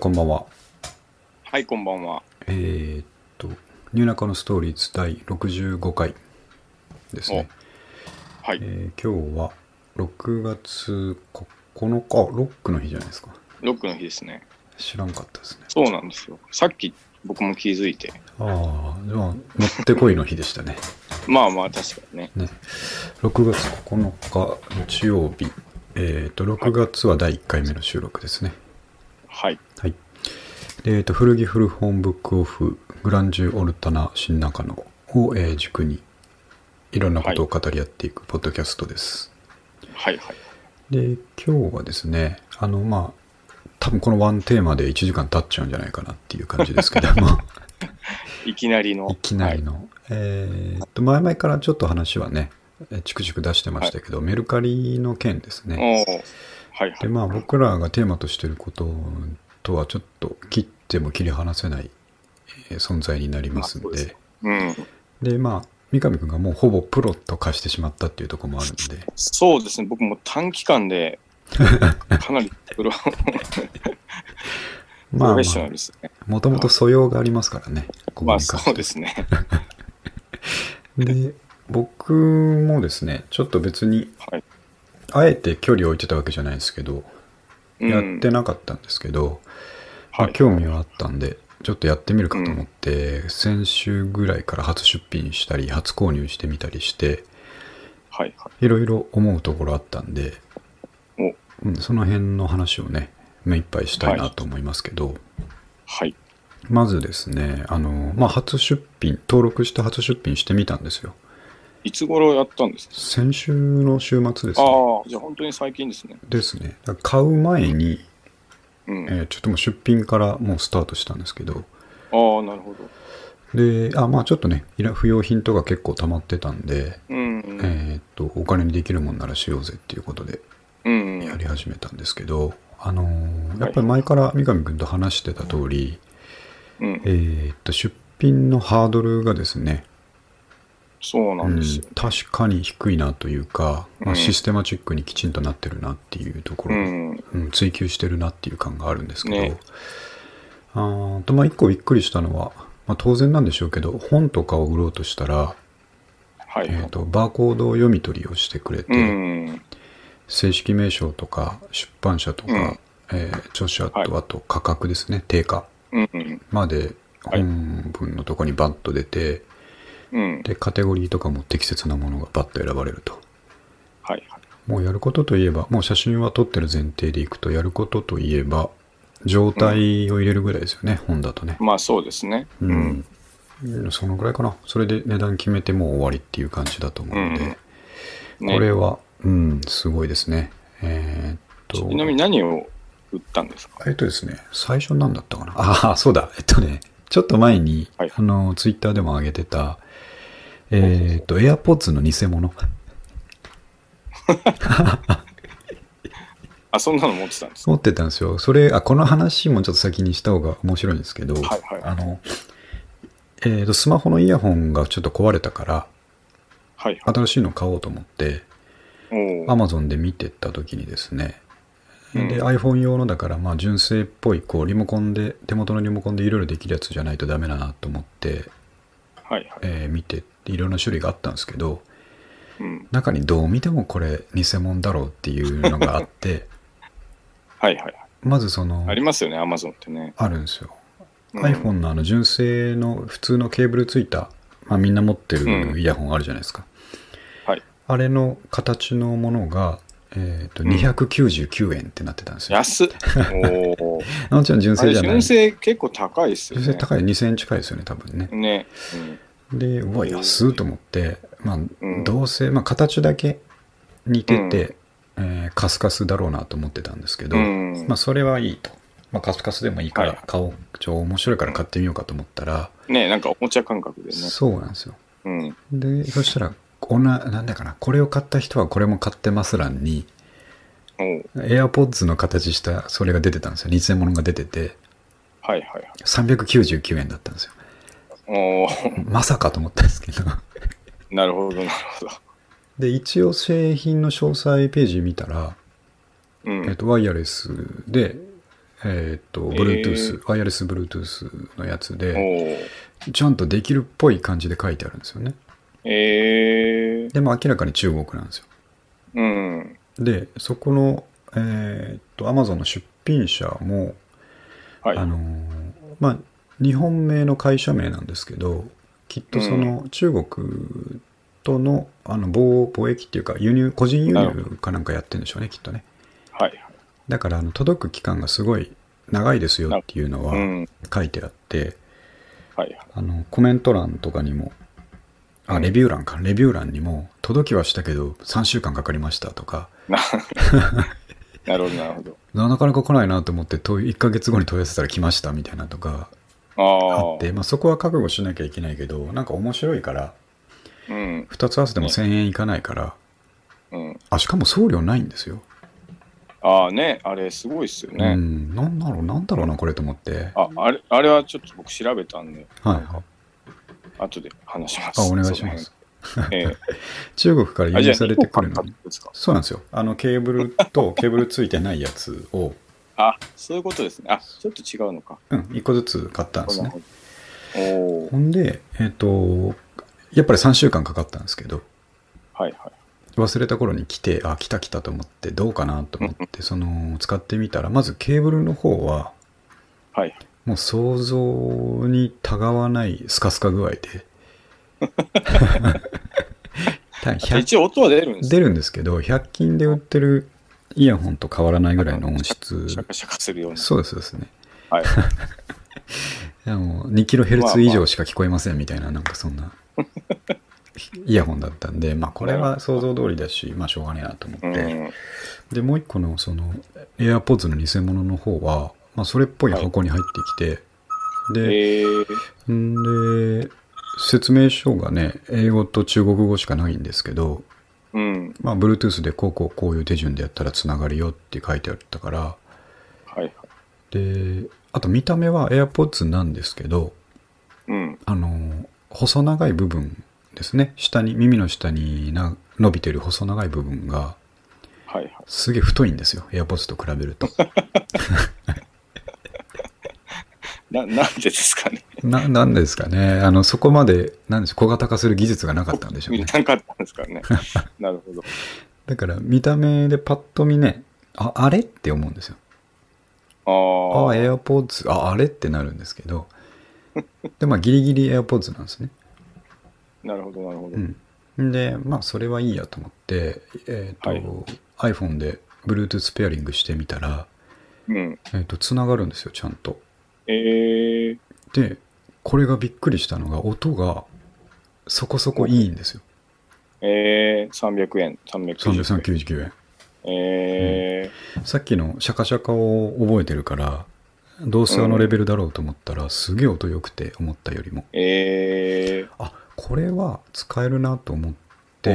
こんばんは。 はい、こんばんは。 えーっと、ニューナカのストーリーズ第65回ですお、 ね。 はい。 今日は6月9日、ロックの日じゃないですか。 ロックの日ですね。 知らんかったですね。 そうなんですよ。さっき僕も気づいて。 ああ、じゃあ、もってこいの日でしたね。 まあまあ、確かにね。 ね。6月9日日曜日。6月は第1回目の収録ですね。 はい。 はい。古着古本ブックオフグランジュオルタナ新中野を、軸にいろんなことを語り合っていくポッドキャストです。 はい、はい。 で、今日はですね、多分このワンテーマで1時間経っちゃうんじゃないかなっていう感じですけどもいきなりの。 いきなりの、前々からちょっと話はね、チクチク出してましたけど、メルカリの件ですね。 おー、はい、はで、 い。 僕らがテーマとしていることとはちょっと切っても切り離せない、存在になりますんで、 うん。 で、三上くんがもうほぼプロと化してしまったっていうところもあるんで、 そうですね。僕も短期間で、かなりプロフェッショナルですね。 もともと素養がありますからね、ここに関しては。 そうですね。 で、僕もですね、ちょっと別に、 はい。 あえて距離を置いてたわけじゃないですけど、やってなかったんですけど、 はい。 興味はあったんで、ちょっとやってみるかと思って、先週ぐらいから初出品したり、初購入してみたりして、 はい、はい。 いろいろ思うところあったんで、 お、 その辺の話をね、目いっぱいしたいなと思いますけど、 はい。 まずですね、初出品、登録して初出品してみたんですよ。 いつ頃やったんですか？ 先週の週末ですね。 ああ、じゃあ本当に最近ですね。 ですね。だから買う前に、 うん。 ちょっともう出品からもうスタートしたんですけど、 ああ、なるほど。 で、ちょっとね、不要品とか結構溜まってたんで、 うん。 お金にできるもんならしようぜっていうことでうん。 やり始めたんですけど、やっはい。 ぱり前から三上君と話してた通り、 うん。 出品のハードルがですね、 そうなんですよね。 確かに低いなというか、シうん。 ステマチックにきちんとなってるなっていうところを、 うん。 追求してるなっていう感があるんですけど、 ね。 一個びっくりしたのは、当然なんでしょうけど、本とかを売ろうとしたら、 はいはい。 バーコード読み取りをしてくれうて、 ん。 正式名称とか出版社とか、 うん。 著者はい。 とあと価格ですね、定価うん。 まではい。 本文のとこにバッと出て、 うん。 で、カテゴリーとかも適切なものがバッと選ばれると。 はいはい。 もうやることといえば、もう写真は撮ってる前提でいくと、やることといえば、状うん。 態を入れるぐらいですよね、本だとね。 まあそうですね。うん。 そのぐらいかな。それで値段決めてもう終わりっていう感じだと思うんで、 うん。ね。 これは、すごいですね。えーっと、 ちなみに何を売ったんですか？ ですね、最初なんだったかな。そうだ。ちょっと前に、 はい。 ツイッターでも上げてた、 ほうほうほう。 AirPods の偽物。 あ、そんなの持ってたんですか？ 持ってたんですよ。この話もちょっと先にした方が面白いんですけど、 はいはい。 スマホのイヤホンがちょっと壊れたから、 はいはい。 新しいの買おうと思って、 おお。 Amazon で見てった時にですね、で、 うん。 iPhone 用のだから、純正っぽい、リモコンで、手元のリモコンでいろいろできるやつじゃないとダメだなと思って、 はいはい。 見て、いろんな種類があったんですけど、 うん。 中にどう見てもこれ偽物だろうっていうのがあって、 はいはいはい。 まずありますよね、アマゾンってね。 あるんですよ。 う iPhone ん。 の純正の普通のケーブルついた、みんな持ってうん。 るイヤホンあるじゃないですか。 はい。 あれの形のものが、 うん。 299円ってなってたんですよ。 安っ。おお。 もちろん純あれ、 正じゃない。 純正結構高いですよね。 純正高い、2000円近いですよね、多分ね。 ね。うん。 で、うわ、安いと思って、 うん。 どうせ、形だけ似うん。 てて、カスカスだろうなと思ってたんですけうど、 ん。 それはいいと。カスカスでもいいかはい。 ら買おう。面白いからうん。 買ってみようかと思ったら、 ね、なんかおもちゃ感覚でね。 そうなんですよ。 うん。 で、そしたら、なんだかな、これを買った人はこれも買ってます欄に、 おう。 AirPods の形したそれが出てたんですよ。偽物が出てて、 はいはいはい。 399円だったんですよ。 おお。 まさかと思ったんですけど。 なるほど、なるほど。 で、一応製品の詳細ページ見たら、 うん。 ワイヤレスで、 Bluetooth、ワイヤレス Bluetooth のやつおで、 ー。 ちゃんとできるっぽい感じで書いてあるんですよね。でも明らかに中国なんですよ。 うん。 で、そこの、Amazon の出品者も、 はい。 まあ、日本名の会社名なんですけど、きっとその中国との、貿易っていうか、個人輸入かなんかやってるんでしょうね、きっとね。 はい。 だから、届く期間がすごい長いですよっていうのはうん。 書いてあって、 はい。 コメント欄とかにも、レビュー欄にも、届きはしたけど、3週間かかりましたとか、 なるほど、なるほど。 なかなか来ないなと思って、1ヶ月後に問い合わせたら来ましたみたいなとかあって、そこは覚悟しなきゃいけないけど、なんか面白いから、 うん。 2つ合わせても1000円いかないから、 うん。 しかも送料ないんですよ。 ね、あれすごいっすよね。 なんだろうな、これと思って。 あれはちょっと僕調べたんで、 はい。 後で話します。 お願いします。 ええ、 中国から輸入されてくるの。 ですか？ そうなんですよ。ケーブルとケーブルついてないやつを。 そういうことですね。ちょっと違うのか。 1個ずつ買ったんですね。 ほんで、やっぱり3週間かかったんですけど、 はいはい。 忘れた頃に来て、来たと思って、どうかなと思って、使ってみたら、まずケーブルの方は、 はい。 もう想像にたがわないスカスカ具合で。 一応音は出るんです出るんですけど、100均で売ってるイヤホンと変わらないぐらいの音質。 シャカシャカするような。 そうですね。 はい。 2kHz 以上しか聞こえませんみたいな、なんかそんなイヤホンだったんで、これは想像通りだし、しょうがねえなと思って。で、もう一個のAirPods の偽物の方は、それっぽい箱に入ってきて、で、説明書がね、英語と中国語しかないんですけど、Bluetooth でこういう手順でやったらつながるよって書いてあったから、で、あと見た目は AirPods なんですけど、細長い部分ですね、耳の下に伸びてる細長い部分が、すげえ太いんですよ、AirPods と比べると。 なんでですかね。 なんですかね。そこまで、小型化する技術がなかったんでしょうね。 なかったんですかね。なるほど。 だから、見た目でパッと見ね、あれって思うんですよ。AirPods、あれってなるんですけど、で、ギリギリ AirPods なんですね。 なるほど、なるほど。で、それはいいやと思って、iPhone で Bluetooth ペアリングしてみたら、つながるんですよ、ちゃんと。で、これがびっくりしたのが、音がそこそこいいんですよ。 300円、 399円。さっきのシャカシャカを覚えてるから、どうせレベルだろうと思ったら、すげえ音良くて、思ったよりも。これは使えるなと思って、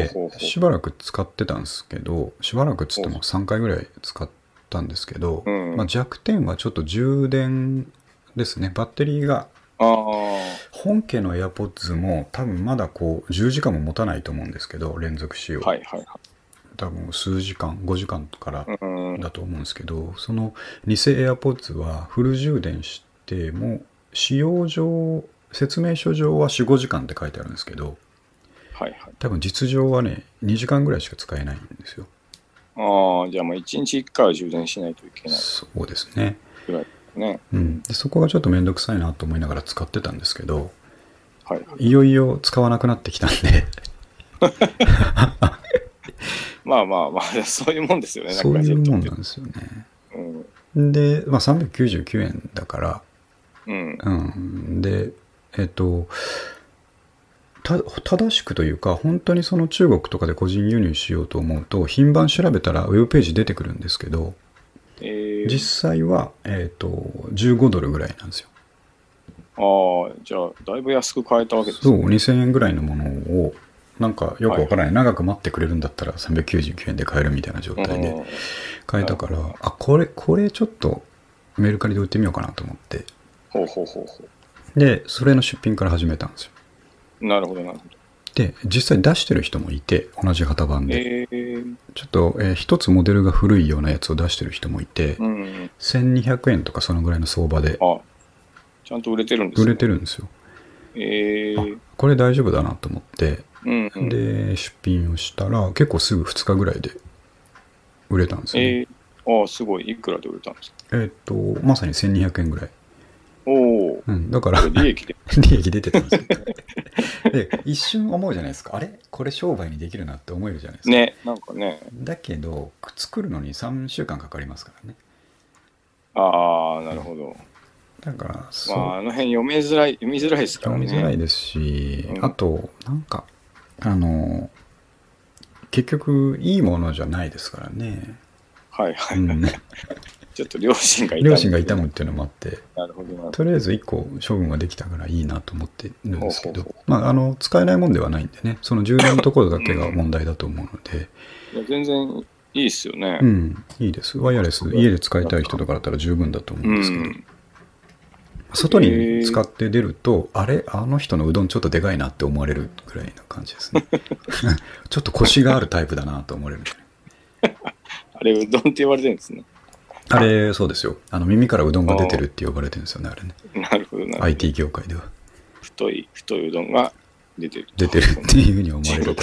しばらく使ってたんですけど、しばらくっつっても3回ぐらい使ったんですけど、弱点はちょっと充電ですね。バッテリーが、本家の AirPods も多分まだ10時間も持たないと思うんですけど、連続使用。多分数時間、5時間からだと思うんですけど、その偽 AirPods はフル充電しても、使用上、説明書上は4、5時間って書いてあるんですけど、多分実情はね、2時間ぐらいしか使えないんですよ。 じゃあもう1日1回は充電しないといけない。 そうですね。 ぐらいね。 でそこがちょっとめんどくさいなと思いながら使ってたんですけど、いよいよ使わなくなってきたんでそういうもんですよね。 そういうもんなんですよね。で、399円だから、で、正しくというか、本当にその中国とかで個人輸入しようと思うと、品番調べたらウェブページ出てくるんですけど、実際は、15ドルぐらいなんですよ。 じゃあ、だいぶ安く買えたわけですね。そう、2000円ぐらいのものを、なんかよくわからない、長く待ってくれるんだったら399円で買えるみたいな状態で買えたから、これちょっとメルカリで売ってみようかなと思って。で、それの出品から始めたんですよ。 なるほど、なるほど。 で、実際出してる人もいて、同じ型番で。 ちょっと、一つモデルが古いようなやつを出してる人もいて、1200円とかそのぐらいの相場で。 あ、ちゃんと売れてるんですね。売れてるんですよ。これ大丈夫だなと思って、で、出品をしたら、結構すぐ2日ぐらいで売れたんですよね。 すごい。いくらで売れたんですか？ まさに1200円ぐらい。だから利益出てたんですよ。で、一瞬思うじゃないですか。あれこれ商売にできるなって思えるじゃないですか。 ね、なんかね。 だけど、作るのに3週間かかりますからね。 ああ、なるほど。 だから、 あの辺読みづらいですからね。 読みづらいですし、あと、なんか、結局、いいものじゃないですからね。 はいはい。ちょっと良心が痛むっていうのもあって、 なるほど。 とりあえず1個処分ができたからいいなと思ってるんですけど、使えないもんではないんでね、その充電のところだけが問題だと思うので。 全然いいっすよね。 いいです。ワイヤレス、家で使いたい人とかだったら十分だと思うんですけど。外に使って出ると、あの人のうどんちょっとでかいなって思われるぐらいな感じですね。ちょっと腰があるタイプだなと思われる。 あれ、うどんって言われてるんですね。 あれ、そうですよ。耳からうどんが出てるって呼ばれてるんですよね、あれね。 なるほどな。 IT 業界では。 太いうどんが出てる。 出てるっていうふうに思われるから。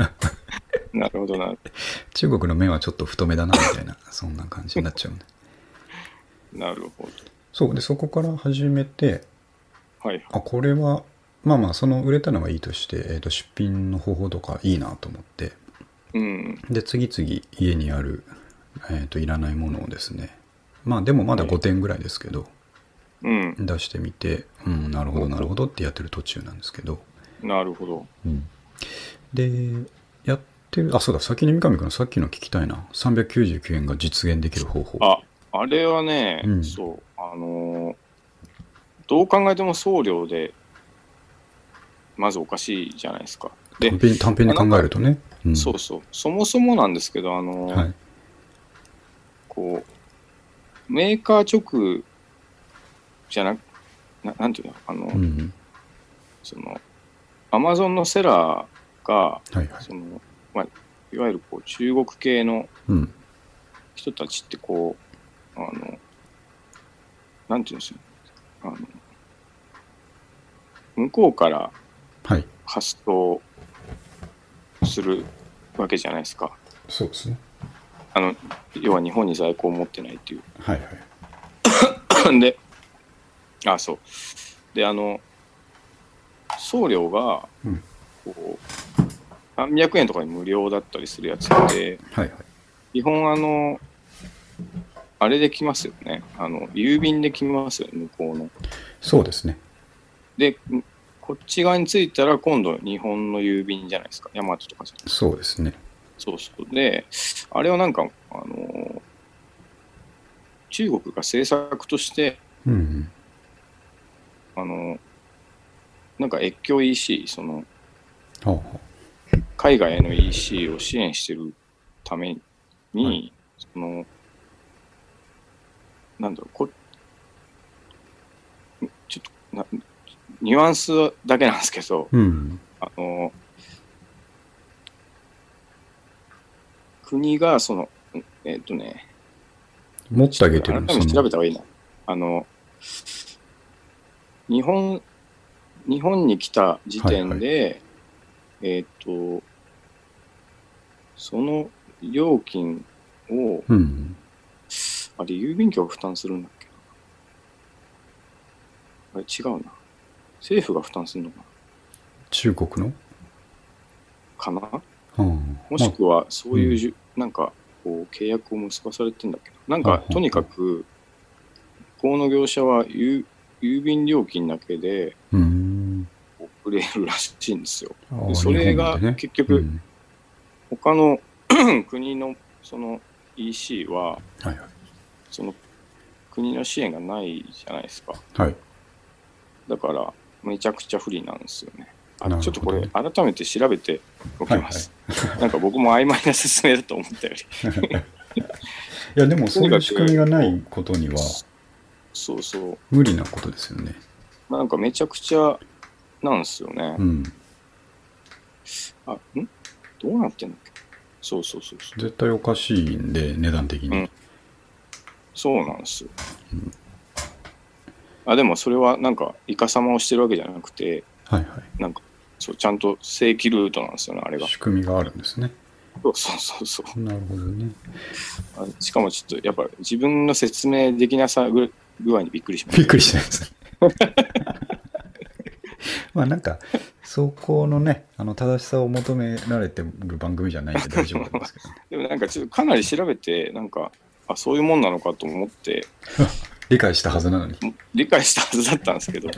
なるほどな。 中国の麺はちょっと太めだな、みたいな、そんな感じになっちゃうね。 なるほど。 そうで、そこから始めて、これは、その売れたのはいいとして、出品の方法とかいいなと思って、で、次々家にある、いらないものをですね、でもまだ5点ぐらいですけど、出してみて、なるほどなるほどってやってる途中なんですけど。 なるほど。 で、やってる、そうだ、先に三上君のさっきの聞きたいな。399円が実現できる方法。 あれはね、そう、どう考えても送料で、まずおかしいじゃないですか。 で、単品に考えるとね。 そうそう。そもそもなんですけど、こう、メーカー直じゃなんていうの、その、アマゾンのセラーが、その、いわゆるこう中国系の人たちってこう、なんていうんですよ。向こうから発送するわけじゃないですか。 そうですね。 要は日本に在庫を持ってないっていう。 はいはい。 で、そう。で、送料が、こう、300円とかに無料だったりするやつで、基本あれで来ますよね。郵便で来ますよね、向こうの。 そうですね。 で、こっち側に着いたら今度日本の郵便じゃないですか。ヤマトとかじゃないですか。 そうですね。 そうそう。で、あれはなんか、中国が政策として、なんか越境 EC、その、海外への EC を支援してるために、その、なんだろう、ちょっとニュアンスだけなんですけど、国がその、 持ってあげてるんですか？調べた方がいいな。日本に来た時点で、その料金を、あれ、郵便局が負担するんだっけな。あれ、違うな。政府が負担するのかな。 中国のかな、もしくは、そういう、なんか、こう、契約を結ばされてんだっけな。なんか、とにかく、向こうの業者は郵便料金だけで、送れるらしいんですよ。でそれが結局、他の国のその EC は、その国の支援がないじゃないですか。だから、めちゃくちゃ不利なんですよね。ちょっとこれ、改めて調べておきます。なんか僕も曖昧な説明だと思ったより。 いや、でもそういう仕組みがないことには、 そうそう。 無理なことですよね。 なんかめちゃくちゃなんですよね。どうなってんだっけ？ そうそうそうそう。 絶対おかしいんで、値段的に。 うん、そうなんですよ。でもそれはなんか、イカサマをしてるわけじゃなくて、 はいはい。 なんか、そう、ちゃんと正規ルートなんですよね、あれが。 仕組みがあるんですね。 そうそうそうそう。 なるほどね。 しかもちょっと、やっぱ自分の説明できなさ具合にびっくりしました。 びっくりしたんです。まあなんか、走行のね、正しさを求められてる番組じゃないんで大丈夫なんですけど、ね、 でもなんかちょっとかなり調べて、なんか、そういうもんなのかと思って、 理解したはずなのに。 理解したはずだったんですけど。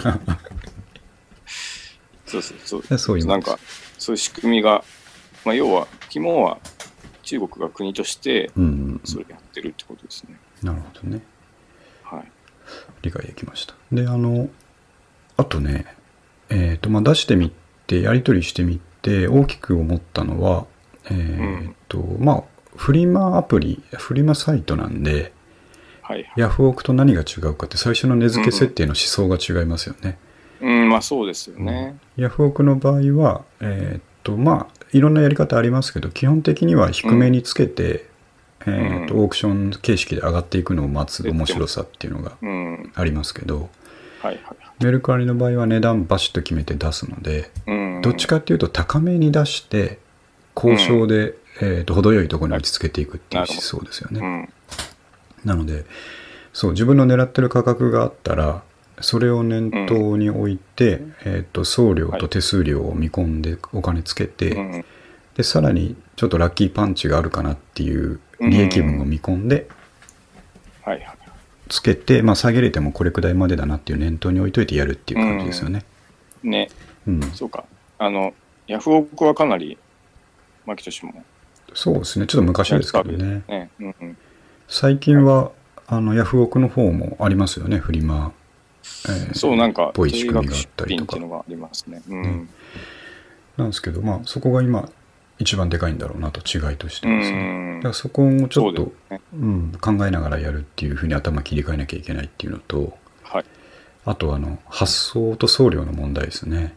そうそうそう。 そういうなんか、そういう仕組みが、まあ、要は、肝は中国が国として、それやってるってことですね。 なるほどね。 はい。 理解できました。で、あとね、まあ、出してみて、やり取りしてみて、大きく思ったのは、まあ、フリマアプリ、フリマサイトなんで、 はいはい、 ヤフオクと何が違うかって最初の値付け設定の思想が違いますよね。 まあそうですよね。 ヤフオクの場合は、まあ、いろんなやり方ありますけど、基本的には低めにつけて、オークション形式で上がっていくのを待つ面白さっていうのがありますけど、メルカリの場合は値段バシッと決めて出すので、どっちかっていうと高めに出して交渉で、程よいところに落ち着けていくっていう思想ですよね。なので、そう、自分の狙ってる価格があったらそれを念頭に置いて、送料と手数料を見込んでお金つけて、でさらにちょっとラッキーパンチがあるかなっていう利益分を見込んでつけて、まあ、下げれてもこれくらいまでだなっていう念頭に置いといてやるっていう感じですよね。 ね、そうか。ヤフオクはかなり牧俊もそうですね、ちょっと昔ですけどね。最近はヤフオクの方もありますよね、フリマ。 そう、なんかぽい仕組みがあったりとか。 っていうのがありますね。 なんですけど、まあそこが今一番でかいんだろうなと、違いとしてですね。だからそこをちょっと、考えながらやるっていうふうに頭切り替えなきゃいけないっていうのと、あと発送と送料の問題ですね。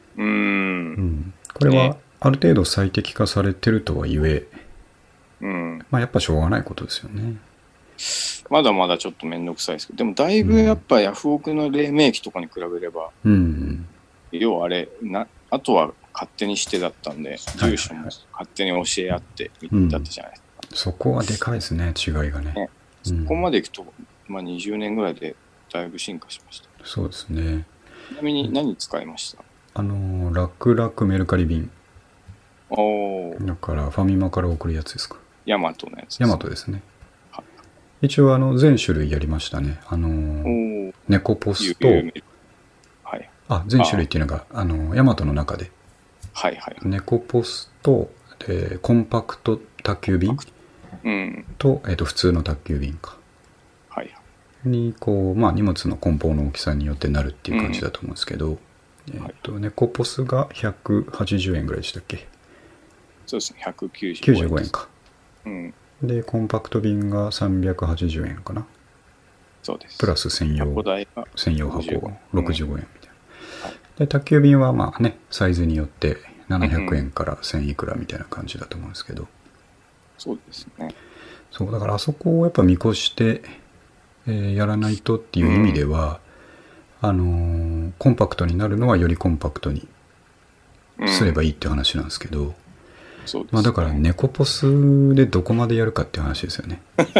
これはある程度最適化されてるとはいえ、まあやっぱしょうがないことですよね。 まだまだちょっと面倒くさいですけど、でもだいぶやっぱヤフオクの黎明期とかに比べれば、要はあれあとは勝手にしてだったんで、住所も勝手に教え合ってだったじゃないですか。 そこはでかいですね、違いがね。 そこまでいくと、まあ、20年ぐらいでだいぶ進化しました。 そうですね。 ちなみに何使いました？ 楽々メルカリ便。 おー。 だからファミマから送るやつですか。 ヤマトのやつです。 ヤマトですね。一応全種類やりましたね。猫ポスと、全種類っていうのがヤマトの中で、猫ポスとコンパクト宅急便と、普通の宅急便か、にこう、まあ、荷物の梱包の大きさによってなるっていう感じだと思うんですけど、猫ポスが180円ぐらいでしたっけ？ そうですね、195 円か。でコンパクト便が380円かな。 そうです。 プラス専用箱が65円みたいな。で宅急便はまあね、サイズによって700円から1000いくらみたいな感じだと思うんですけど、 そうですね。 そうだからあそこをやっぱ見越して、やらないとっていう意味では、コンパクトになるのはよりコンパクトにすればいいって話なんですけど、まあだから猫ポスでどこまでやるかっていう話ですよね。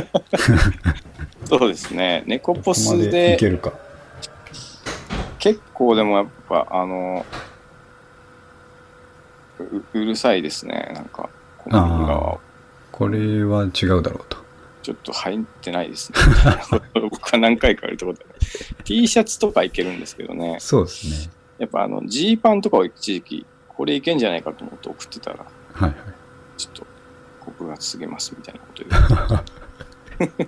そうですね。猫ポスでいけるか。 結構でもやっぱうるさいですね。なんかこれは違うだろうと。 ちょっと入ってないですね。僕は何回か言ったことある。T シャツとかいけるんですけどね。 そうですね。 やっぱジーパンとかを一時期これいけんじゃないかと思って送ってたら、ちょっと告発すぎますみたいなこと言って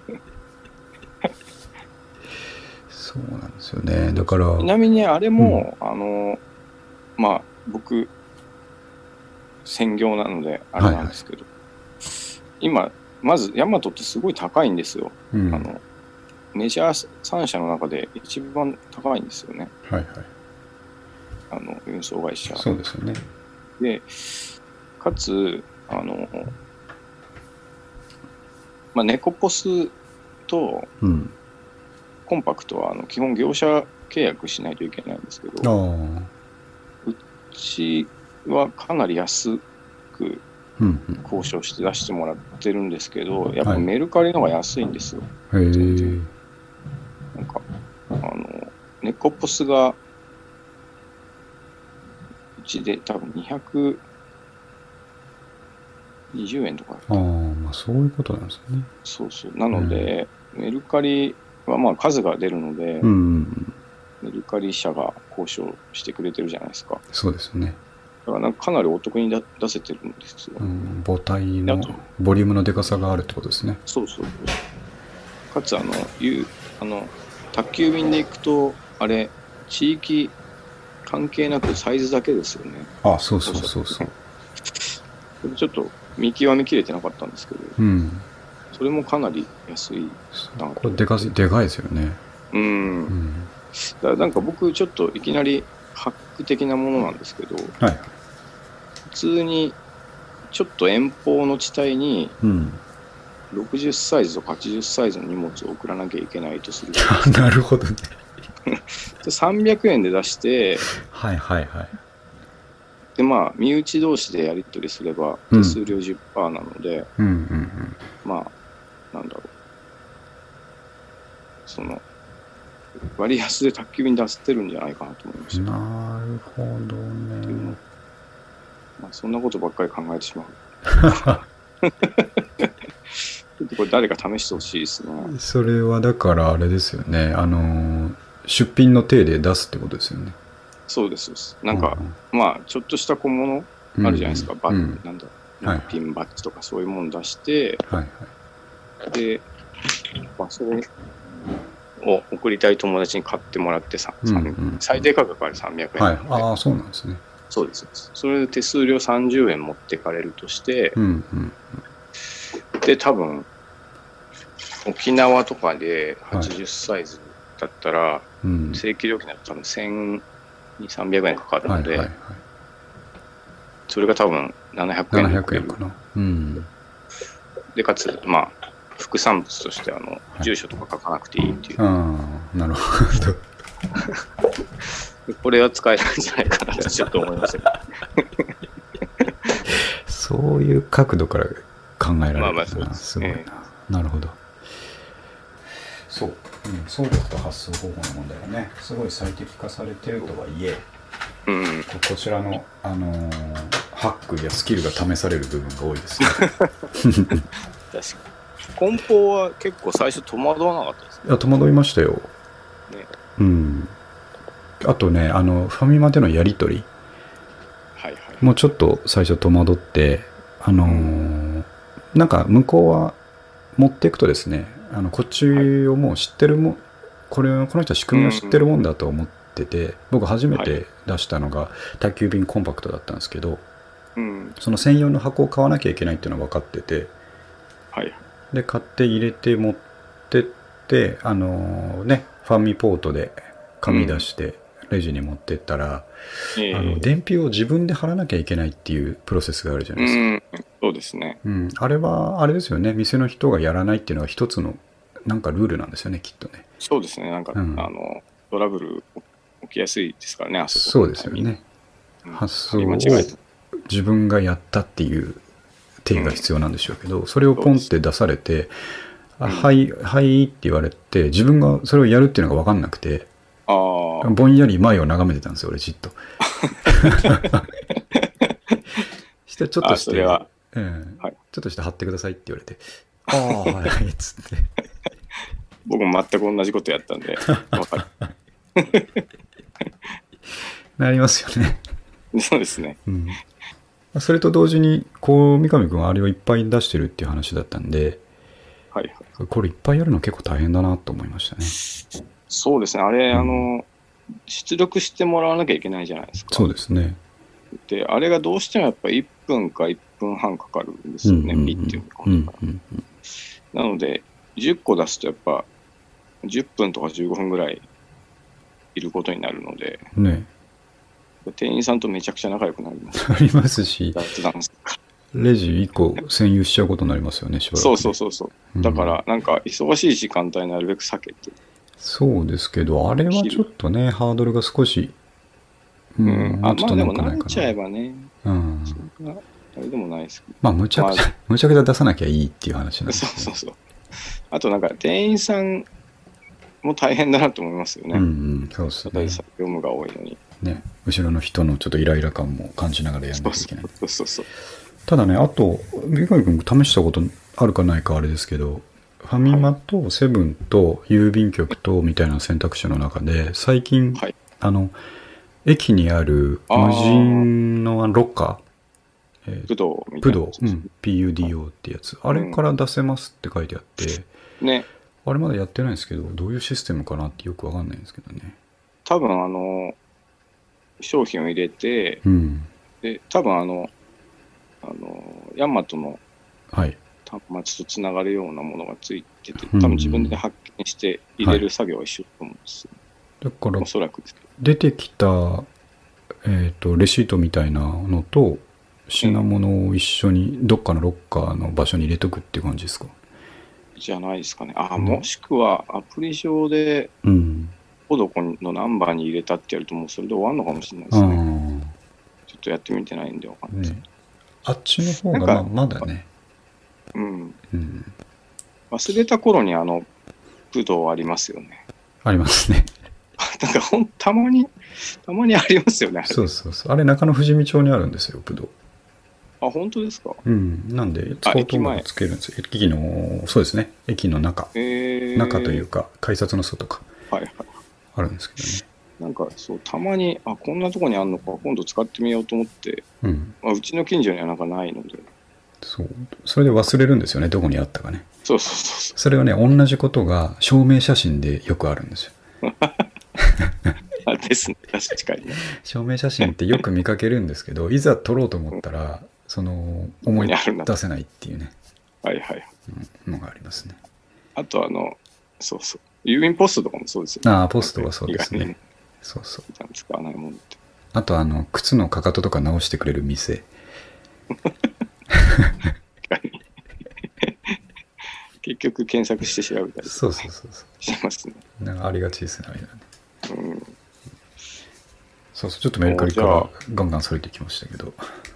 そうなんですよね。だからちなみにあれも、まあ僕専業なのであれなんですけど、今まずヤマトってすごい高いんですよ。メジャー3社の中で一番高いんですよね。運送会社。 そうですよね。 でかつまあ、ネコポスとコンパクトは基本業者契約しないといけないんですけど、うちはかなり安く交渉して出してもらってるんですけど、やっぱメルカリの方が安いんですよ。 はい、なんかネコポスがうちで多分220円とか。 まあそういうことなんですね。 そうそう。なので、メルカリはまあ数が出るので、メルカリ社が交渉してくれてるじゃないですか。 そうですね。 だからかなりお得に出せてるんですよ。 母体のボリュームのでかさがあるってことですね。 そうそう。かつ宅急便で行くとあれ地域関係なくサイズだけですよね。 そうそうそうそう。 それちょっと見極めきれてなかったんですけど、それもかなり安いな。 これでかいですよね。 だからなんか僕ちょっといきなりハック的なものなんですけど、普通にちょっと遠方の地帯に60サイズと80サイズの荷物を送らなきゃいけないとするなるほどね。 300円で出して、でまあ身内同士でやり取りすれば手数料 10% なので、まあなんだろう、その割安で宅急便出せてるんじゃないかなと思いました。 なるほどね。 まあ、そんなことばっかり考えてしまう。ちょっとこれ誰か試してほしいですね。 それはだからあれですよね。出品の体で出すってことですよね。 そうです。なんか、まあちょっとした小物あるじゃないですか。なんだろう、ピンバッジとかそういうもの出して、で、まあそれを送りたい友達に買ってもらって最低価格あれ300円。 そうなんですね。 そうです。それで手数料30円持ってかれるとして、で多分沖縄とかで80サイズだったら、正規料金だと多分1200-300円かかるので、それが多分700円かな。 でかつまあ副産物として住所とか書かなくていいっていう。 なるほど。 これは使えるんじゃないかなとちょっと思いましたけど。 そういう角度から考えられるな。すごいな。なるほど。そう。送料と発送方法の問題はね、すごい最適化されてるとはいえ、こちらの、ハックやスキルが試される部分が多いですね。確かに。梱包は結構最初戸惑わなかったですか？ いや、戸惑いましたよ。あとね、ファミマでのやり取りもうちょっと最初戸惑って、なんか向こうは持っていくとですね、こっちをもう知ってるこの人は仕組みを知ってるもんだと思ってて、僕初めて出したのが宅急便コンパクトだったんですけど、その専用の箱を買わなきゃいけないっていうのは分かってて、で買って入れて持ってって、ファミポートで紙出してレジに持ってったら、伝票を自分で貼らなきゃいけないっていうプロセスがあるじゃないですか。 そうですね。 あれはあれですよね。店の人がやらないっていうのは一つのなんかルールなんですよね、きっとね。 そうですね。なんか、トラブル起きやすいですからね、あそこ。 そうですよね。発送を自分がやったっていう定義が必要なんでしょうけど、それをポンって出されて、はいって言われて、自分がそれをやるっていうのが分かんなくて、ぼんやり前を眺めてたんですよ、俺じっと。してちょっとして、ちょっとして貼ってくださいって言われて、はいっつって。 僕も全く同じことやったんで、分かる。 なりますよね。 そうですね。 それと同時に、三上君はあれをいっぱい出してるっていう話だったんで、これいっぱいやるの結構大変だなと思いましたね。 そうですね。あれ、出力してもらわなきゃいけないじゃないですか。 そうですね。 で、あれがどうしてもやっぱ1分か1分半かかるんですよね、ピッていうのが。なので、10個出すとやっぱ10分とか15分ぐらいいることになるので、店員さんとめちゃくちゃ仲良くなります。 ありますし、 レジ1個占有しちゃうことになりますよね、しばらくね。 そう。だから、なんか、忙しい時間帯なるべく避けて。 そうですけど、あれはちょっとね、ハードルが少し、 まあでも慣れちゃえばね。そんな、あれでもないですけど。 まあ、むちゃくちゃ出さなきゃいいっていう話なんですね。 そう。あとなんか、店員さんも大変だなと思いますよね。 そうですね。 業務が多いのに。 ね、後ろの人のちょっとイライラ感も感じながらやらなきゃいけない。 そう。 ただね、あと、三上君試したことあるかないかあれですけど、ファミマとセブンと郵便局とみたいな選択肢の中で、最近、駅にある無人のロッカー、 プドみたいな。 PUDO ってやつ。あれから出せますって書いてあって、 ね。 あれまだやってないんですけど、どういうシステムかなってよくわかんないんですけどね。 多分商品を入れて、で、多分ヤマトの端末とつながるようなものがついてて、多分自分で発見して入れる作業は一緒だと思うんです。 だから、 おそらくですけど。 出てきた、レシートみたいなのと、品物を一緒にどっかのロッカーの場所に入れとくっていう感じですか？ じゃないですかね。もしくはアプリ上で、どこのナンバーに入れたってやるともうそれで終わるのかもしれないですね。ちょっとやってみてないんでわかんないです。 あっちの方がまだね。 忘れた頃にブドウありますよね。 ありますね。 なんかたまにありますよね。 そう。あれ中野富士見町にあるんですよ、ブドウ。 本当ですか？ なんで、使うと音楽つけるんですよ。駅の、そうですね。駅の中。中というか、改札の外か。あるんですけどね。 なんか、そう、たまに、こんなとこにあるのか、今度使ってみようと思って、うちの近所にはなんかないので。 そう。それで忘れるんですよね、どこにあったかね。 そう。 それはね、同じことが証明写真でよくあるんですよ。 ですね、確かにね。 証明写真ってよく見かけるんですけど、いざ撮ろうと思ったら、思い出せないっていうね。のがありますね。 あとそう。郵便ポストとかもそうですよね。 ポストはそうですね。そう。 使わないものって。 あと靴のかかととか直してくれる店。 結局検索して調べたりそうしますね。 なんかありがちですね、あれだね。そう、ちょっとメルカリからガンガンそれてきましたけど。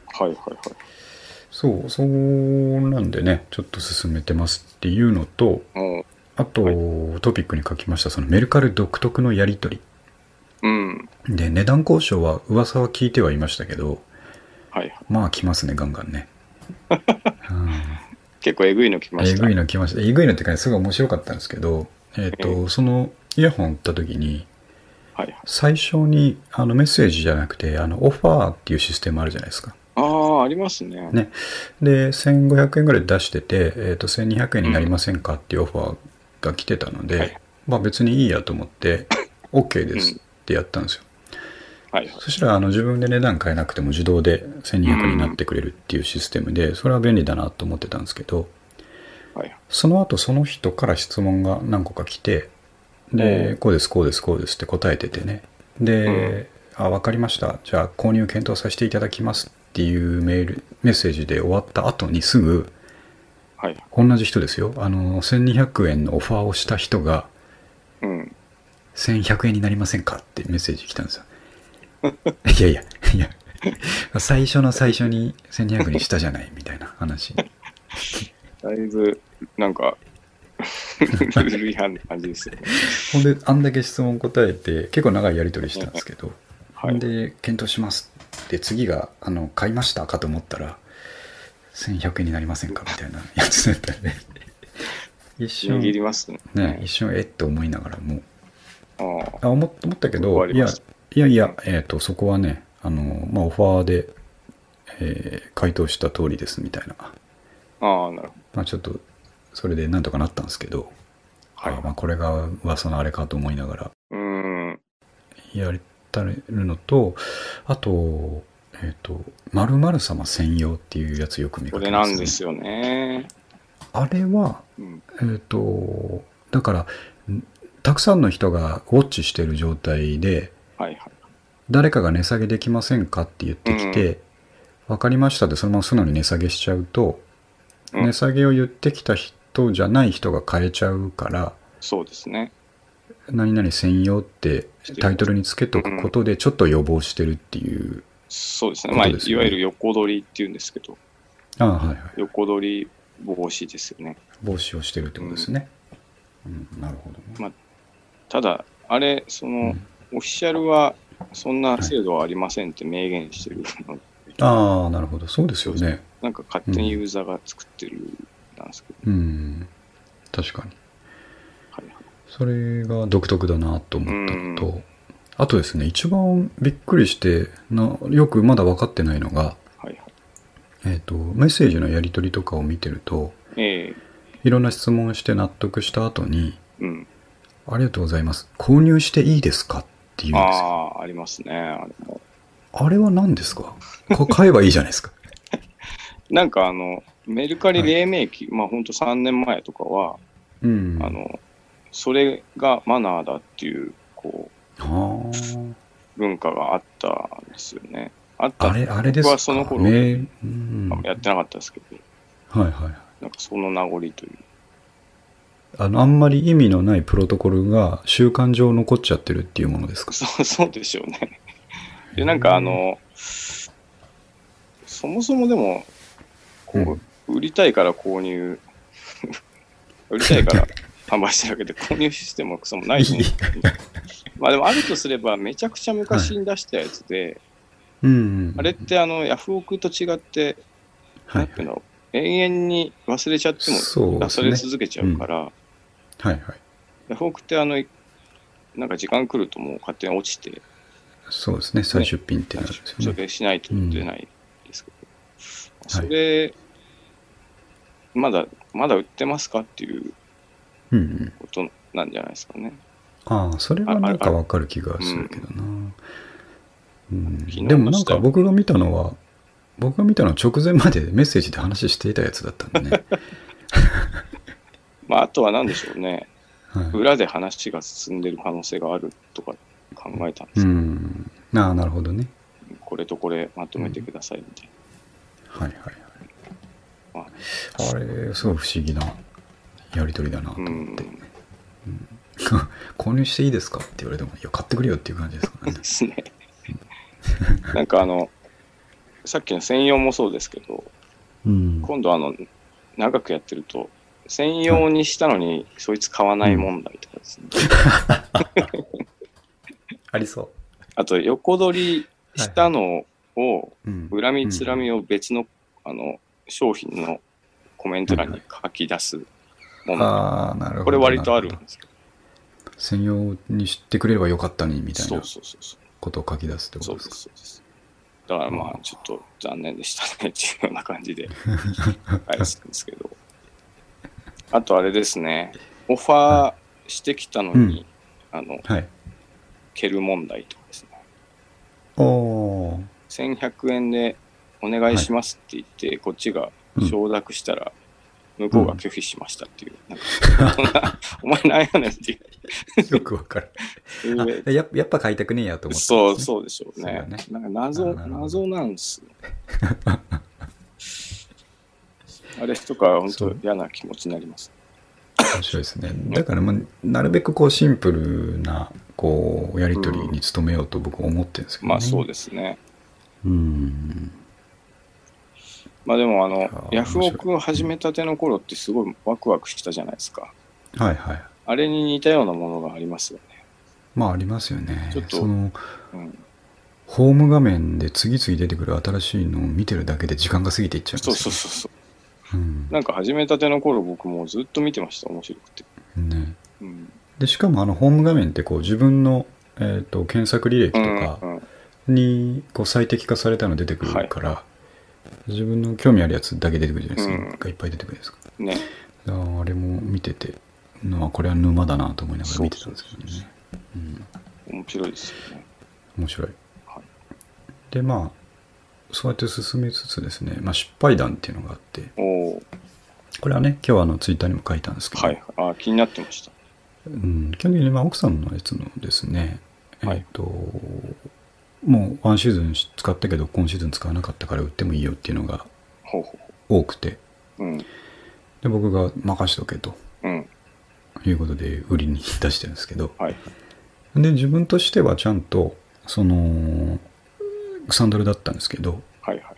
そうなんでね、ちょっと進めてますっていうのと、あと、トピックに書きました、そのメルカリ独特のやり取り。で、値段交渉は噂は聞いてはいましたけど、まあ来ますね、ガンガンね。 結構えぐいの来ました。 えぐいの来ました。えぐいのっていうか、すごい面白かったんですけど、そのイヤホン売った時に、最初にメッセージじゃなくてオファーっていうシステムあるじゃないですか。 ありますね。 で1500円ぐらい出してて、1200円になりませんかっていうオファーが来てたので、まあ別にいいやと思って OK ですってやったんですよ。そしたら自分で値段変えなくても自動で1200円になってくれるっていうシステムで、それは便利だなと思ってたんですけど、その後その人から質問が何個か来て、で、こうですって答えててね。で、わかりました。じゃあ購入検討させていただきますっていうメッセージで終わった後にすぐ、同じ人ですよ。1200円のオファーをした人が、1100円になりませんかってメッセージ来たんですよ。いや、最初の最初に1200にしたじゃないみたいな話。 だいぶ、なんか、ルール違反な感じですよね。 ほんで、あんだけ質問答えて、結構長いやり取りしたんですけど、で、検討しますって、次が、買いましたかと思ったら、1100円になりませんかみたいなやつだったんで、一瞬、 握りますね。 一瞬、って思いながらも、思ったけど、いや、そこはね、オファーで、回答した通りですみたいな。 なるほど。 まあちょっと、それでなんとかなったんですけど、これが噂のあれかと思いながら、やれたるのと、あと、〇〇様専用っていうやつよく見かけますね。 これなんですよね。 あれは、だから、たくさんの人がウォッチしてる状態で、誰かが値下げできませんかって言ってきて、 分かりましたでそのまま素直に値下げしちゃうと、値下げを言ってきた人じゃない人が買えちゃうから、 そうですね。 何々専用ってタイトルにつけとくことでちょっと予防してるっていう、 そうですね。まあ、いわゆる横取りっていうんですけど、 はいはい、 横取り防止ですよね。 防止をしてるってことですね。なるほどね。 まあ、ただ、あれ、オフィシャルはそんな制度はありませんって明言してるので、 ああ、なるほど。そうですよね。 なんか勝手にユーザーが作ってるなんですけど。 確かに。 はいはい、 それが独特だなと思ったのと、あとですね、一番びっくりしてよくまだ分かってないのが、 はいはい、メッセージのやり取りとかを見てると、いろんな質問して納得した後に、ありがとうございます。購入していいですかっていうんですよ。 ありますね。あれも。 あれは何ですか？買えばいいじゃないですか。 なんかメルカリ黎明期、まあ本当3年前とかは、それがマナーだっていう、文化があったんですよね。あれですか？僕はその頃、やってなかったですけど、なんかその名残という。 あんまり意味のないプロトコルが習慣上残っちゃってるっていうものですか？ そうでしょうね。で、なんかそもそもでも、売りたいから購入、売りたいから販売してるわけで、購入してもクソもないと思う。まあでもあるとすれば、めちゃくちゃ昔に出したやつで、あれってヤフオクと違って、なんていうの、永遠に忘れちゃっても出され続けちゃうから、ヤフオクってなんか時間来るともう勝手に落ちて、 そうですね、再出品ってなるんですよね。 それしないと出ないですけど、それ、まだ売ってますかっていうことなんじゃないですかね。 それはなんかわかる気がするけどな。でもなんか僕が見たのは直前までメッセージで話していたやつだったんでね。 まああとは何でしょうね。裏で話が進んでる可能性があるとか考えたんですけど。 なるほどね。 これとこれまとめてくださいみたいな。あれすごい不思議なやり取りだなと思って。購入していいですかって言われても、いや買ってくれよっていう感じですからね。 ですね。なんかさっきの専用もそうですけど、今度長くやってると専用にしたのにそいつ買わない問題とかですね。 ありそう。 あと横取りしたのを恨みつらみを別の商品のコメント欄に書き出すもの、これ割とあるんですけど、 専用にしてくれればよかったのにみたいなことを書き出すってことですか？ そうです。だからまあちょっと残念でしたねっていうような感じで返すんですけど、あとあれですね、オファーしてきたのに蹴る問題とかですね。1100円でお願いしますって言って、こっちが承諾したら向こうが拒否しましたっていう、なんかお前なんやねんっていうよくわかる。やっぱ買いたくねえやと思って、 そうでしょうね。なんか謎なんですあれとか本当嫌な気持ちになります。 面白いですね。だからなるべくシンプルなやり取りに努めようと僕は思ってるんですけどね。 まあそうですね。まあでもヤフオクを始めたての頃ってすごいワクワクしたじゃないですか。あれに似たようなものがありますよね。 まあありますよね。ちょっとホーム画面で次々出てくる新しいのを見てるだけで時間が過ぎていっちゃうんですよ。 そう。なんか始めたての頃僕もずっと見てました。面白くて。 ね。でしかもホーム画面って自分の検索履歴とかに最適化されたの出てくるから、自分の興味あるやつだけ出てくるじゃないですか。がいっぱい出てくるんですか。 ね。 あれも見てて、これは沼だなと思いながら見てたんですけどね。 面白いですよね。 面白い。でまあそうやって進めつつですね、失敗談っていうのがあって、これはね今日ツイッターにも書いたんですけど、 気になってました。 基本的に奥さんのやつのですね、 もうワンシーズン使ったけど今シーズン使わなかったから売ってもいいよっていうのが多くて、 うん、 で僕が任しとけと、 うん、 いうことで売りに出してるんですけど、 はい、 で自分としてはちゃんとそのサンダルだったんですけど、 はいはい、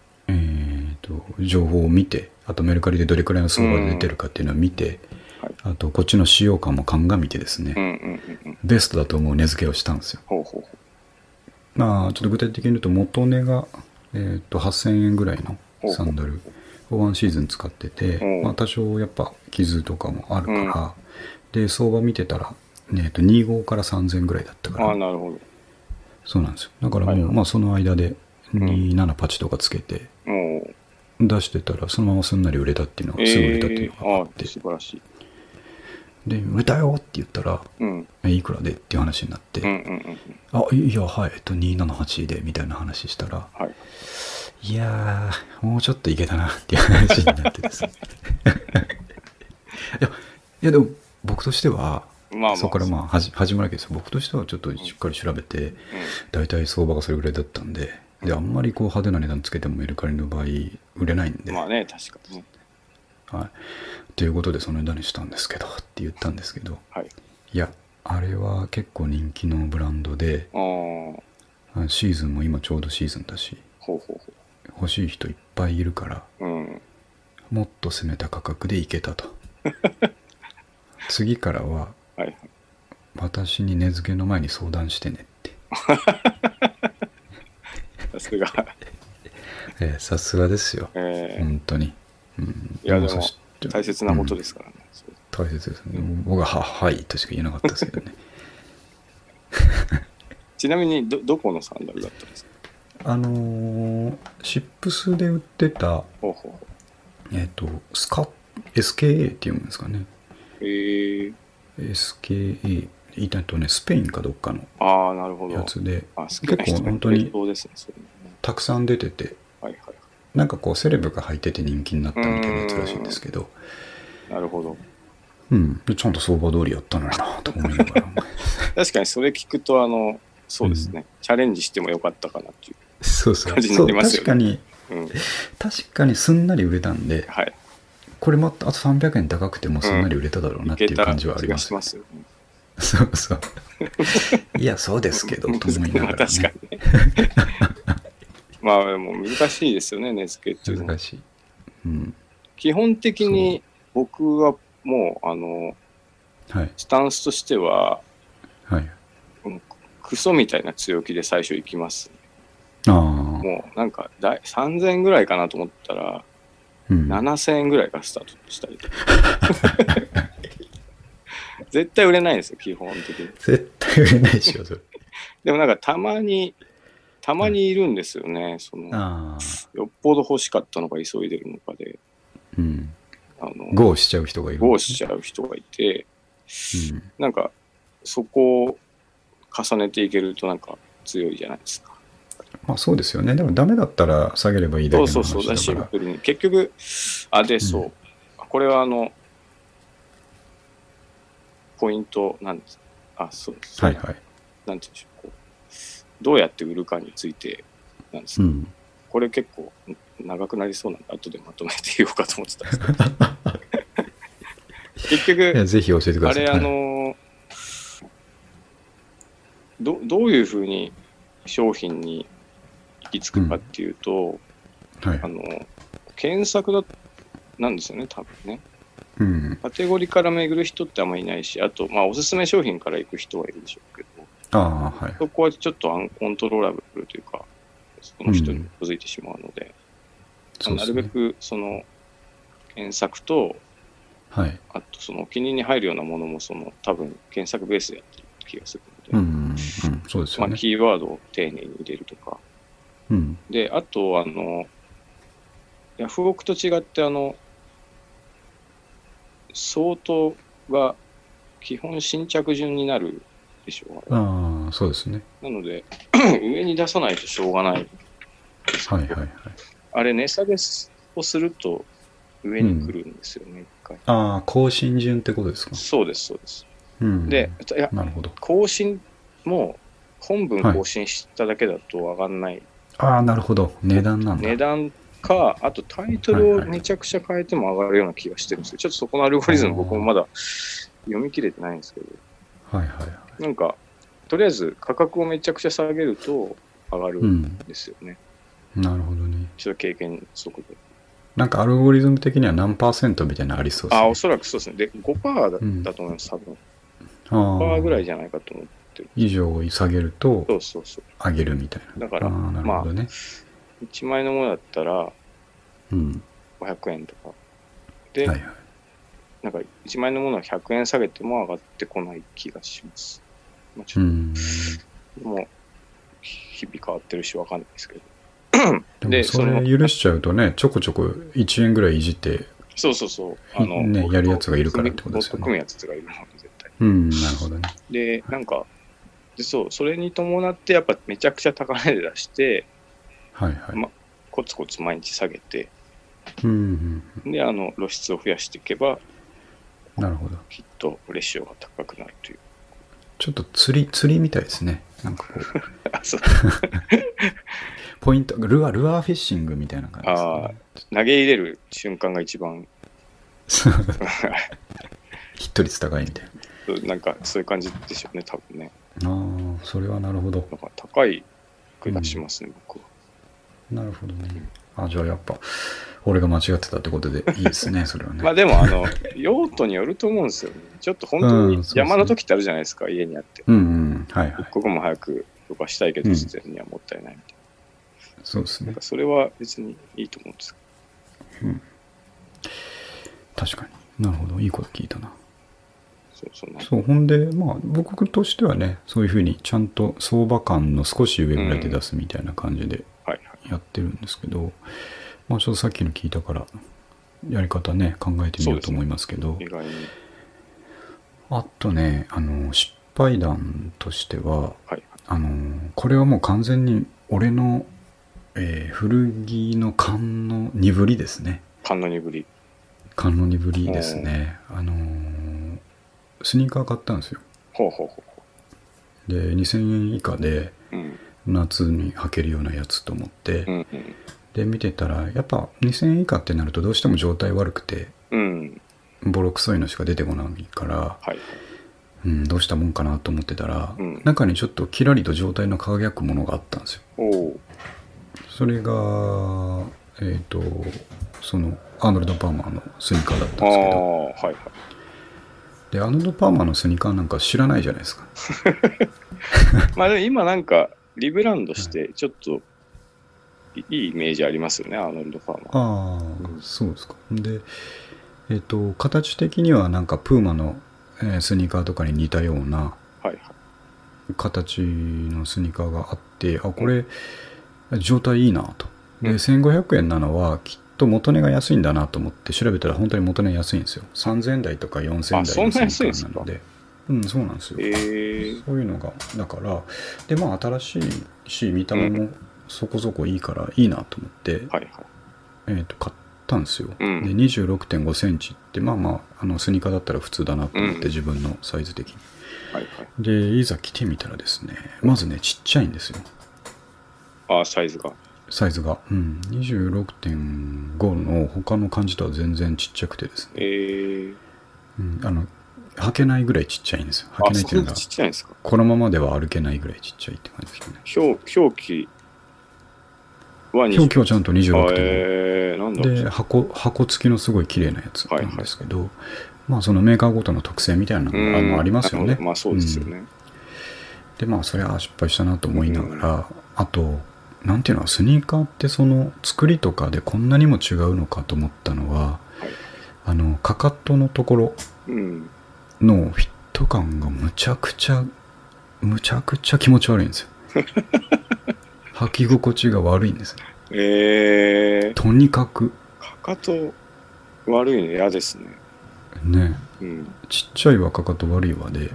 情報を見て、あとメルカリでどれくらいの相場で出てるかっていうのを見て、はい、あとこっちの使用感も鑑みてですね、ベストだと思う値付けをしたんですよ。 ほうほうほう。まあちょっと具体的に言うと元値が、8000円ぐらいのサンダルをワンシーズン使ってて、まあ、多少やっぱ傷とかもあるから、で相場見てたら、25から3000ぐらいだったから。 あ、なるほど。 そうなんですよ。だからもう、はいはい、まあその間で27パチとかつけて出してたら、そのまますんなり売れたっていうのが、すぐ売れたっていうのがあって、 素晴らしい。 で売れたよって言ったら、いくらでっていう話になって、あ、いや、はい、278でみたいな話したら、はい、いやーもうちょっといけたなっていう話になってですねいやでも僕としては、そこからまあ始まるわけですよ。僕としてはちょっとしっかり調べて、大体相場がそれぐらいだったんで、であんまりこう派手な値段つけてもメルカリの場合売れないんで、 まあね、確かにね。 はい。ということでその値段にしたんですけどって言ったんですけど、 はい、 いやあれは結構人気のブランドで、シーズンも今ちょうどシーズンだし、欲しい人いっぱいいるから、もっと攻めた価格でいけたと次からは、はいはい、私に値付けの前に相談してねってさすがさすがですよ、本当に、 いやでも大切なことですからね、 大切ですね、僕ははいとしか言えなかったですけどねちなみにどこのサンダルだったんですか？ シップスで売ってたSKA っていうんですかね。SKA 言いたいとね、スペインかどっかのやつで、結構本当にたくさん出てて、なんかこうセレブが履いてて人気になったみたいなやつらしいんですけど、 なるほど。 でちゃんと相場通りやったのになと思いながら確かにそれ聞くとそうですね、チャレンジしてもよかったかなっていう感じになりますよね。 確かにすんなり売れたんで、はい、これもあと300円高くてもすんなり売れただろうなっていう感じはあります。そうそういやそうですけどと思いながらね確かにねまあもう難しいですよね、値付けっていうのは。 難しい、 基本的に僕はもうはい、スタンスとしては、はい、クソみたいな強気で最初行きます、ね、もうなんか3000円ぐらいかなと思ったら、7000円ぐらいからスタートしたりとか絶対売れないんですよ、基本的に。 絶対売れないでしょそれでもなんかたまにいるんですよね、よっぽど欲しかったのか急いでるのかで、 ゴーしちゃう人がいる、 ゴーしちゃう人がいて、なんかそこを重ねていけるとなんか強いじゃないですか。 まあそうですよね。でもダメだったら下げればいいだけの話だから。 そうシンプルに結局これはポイントなんです。そうです。はいはい。なんていうんでしょう、どうやって売るかについてなんですか。これ結構長くなりそうなんで後でまとめて言おうかと思ってたんですけど結局ぜひ教えてください。 あれどういうふうに商品に行き着くかっていうと、検索なんですよね、多分ね。カテゴリーから巡る人ってあんまりいないし、あと、おすすめ商品から行く人はいるでしょうけど、そこはちょっとアンコントローラブルというか、その人に気づいてしまうので、なるべくその検索と、あとそのお気に入りに入るようなものも多分検索ベースでやってる気がするので、 そうですよね。 キーワードを丁寧に入れるとか、であとヤフオクと違って相当が基本新着順になるでしょう。そうですね。 なので上に出さないとしょうがない。あれ値下げをすると上に来るんですよね、一回。 更新順ってことですか？ そうです。で、いや、なるほど。更新も本文更新しただけだと上がんない。 ああ、なるほど。値段なんだ。 値段か、あとタイトルをめちゃくちゃ変えても上がるような気がしてるんですけど、ちょっとそこのアルゴリズム僕もまだ読み切れてないんですけど、 はいはいはい。 なんか、とりあえず価格をめちゃくちゃ下げると上がるんですよね。 なるほどね。 ちょっと経験不足で。 なんかアルゴリズム的には何%みたいなのありそうですね。 おそらくそうですね。で、5% だと思います、多分。5% ぐらいじゃないかと思ってる。 以上下げると、 そう上げるみたいな。 だから、なるほどね。1万円のものだったら、500円とか。で、なんか1万円のものは100円下げても上がってこない気がします。まあ、ちょっと、でも、日々変わってるし分かんないですけど。 で、それ許しちゃうとね、ちょこちょこ1円ぐらいいじって、 そう。 ね、やるやつがいるからってことですよね。 組むやつがいるので、絶対。 なるほどね。 で、なんか、それに伴って、やっぱめちゃくちゃ高値で出して、コツコツ毎日下げて、で、露出を増やしていけば、 なるほど。 きっとレシオが高くなるという。 ちょっと釣りみたいですね。なんかこう。 そうポイント、ルアーフィッシングみたいな感じですね。 投げ入れる瞬間が一番。 ヒット率高いみたいな。なんかそういう感じでしょうね、多分ね。 それはなるほど。 なんか高いく出しますね、僕は。 なるほどね。じゃあやっぱ、俺が間違ってたってことでいいですね、それはね。 まあでも、用途によると思うんですよね。ちょっと本当に山の時ってあるじゃないですか、家にあって。一刻も早くとかしたいけど、捨てるにはもったいないみたいな。 そうですね。 それは別にいいと思うんですけど。 確かに。なるほど。いいこと聞いたな。 そう。 ほんで、まあ、僕としてはね、そういうふうにちゃんと相場感の少し上ぐらいで出すみたいな感じでやってるんですけど、まあ、ちょっとさっきの聞いたから、やり方ね、考えてみようと思いますけど、 意外に。 あとね、失敗談としては、これはもう完全に俺の古着の勘の鈍りですね。 勘の鈍りですね。スニーカー買ったんですよ。で、2000円以下で、夏に履けるようなやつと思って、で、見てたら、やっぱ2000円以下ってなるとどうしても状態悪くて、ボロクソいのしか出てこないから、どうしたもんかなと思ってたら、中にちょっとキラリと状態の輝くものがあったんですよ。それが、そのアーノルド・パーマーのスニーカーだったんですけど、でアーノルド・パーマーのスニーカーなんか知らないじゃないですか。 まあでも今なんかリブランドしてちょっといいイメージありますよね、アーノルド・パーマー。 そうですか。で、形的にはなんかプーマの、スニーカーとかに似たような形のスニーカーがあって、これ状態いいなと。で、1500円なのはきっと元値が安いんだなと思って調べたら本当に元値安いんですよ。3000円台とか4000円台のスニーカーなので。そうなんですよ。そういうのが、だから、で、まあ新しいし、見た目もそこそこいいからいいなと思って、買ったんですよ。で、26.5 センチって、まあ、スニーカーだったら普通だなと思って、自分のサイズ的に。で、いざ着てみたらですね、まずね、ちっちゃいんですよ。 サイズが。 26.5 の他の感じとは全然ちっちゃくてですね。履けないぐらいちっちゃいんですよ。履けないっていうのが、このままでは歩けないぐらいちっちゃいって感じですね。 表記はちゃんと 26.5。で、箱付きのすごい綺麗なやつなんですけど、まあそのメーカーごとの特性みたいなのがありますよね。 まあそうですよね。 で、まあそれは失敗したなと思いながら、あと、なんていうの、スニーカーってその作りとかでこんなにも違うのかと思ったのは、かかとのところのフィット感がむちゃくちゃ気持ち悪いんですよ。履き心地が悪いんですね。とにかく。 かかと悪いの嫌ですね。 ね、ちっちゃいわ、かかと悪いわで、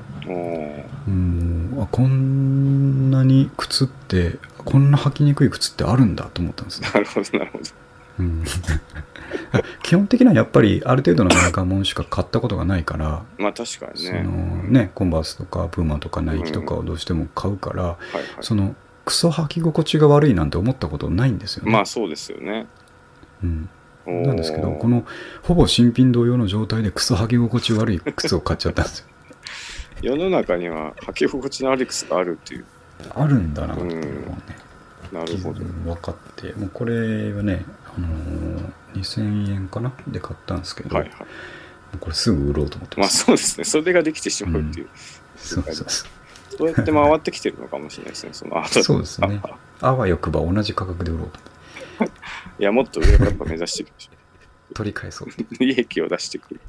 こんなに靴って、こんな履きにくい靴ってあるんだと思ったんですね。 なるほど。 うん、基本的にはやっぱりある程度のメーカーもんしか買ったことがないから、 まあ確かにね。 そのね、コンバースとかプーマとかナイキとかをどうしても買うから、 はいはい、 そのクソ履き心地が悪いなんて思ったことないんですよね。 まあそうですよね。 うん。なんですけど、このほぼ新品同様の状態でクソ履き心地悪い靴を買っちゃったんですよ。 世の中には履き心地の悪い靴があるっていう。 あるんだなっていうのをね、 なるほど。 分かって、もうこれはね、2000円かなで買ったんですけど、はいはい、もうこれすぐ売ろうと思ってます。 まあそうですね、それができてしまうっていう。 そうそうそう。 そうやって回ってきてるのかもしれないですね、その後。 そうですね。あわよくば同じ価格で売ろうと思って。いや、もっと上をやっぱ目指していきましょう。取り返そう。 利益を出してくる。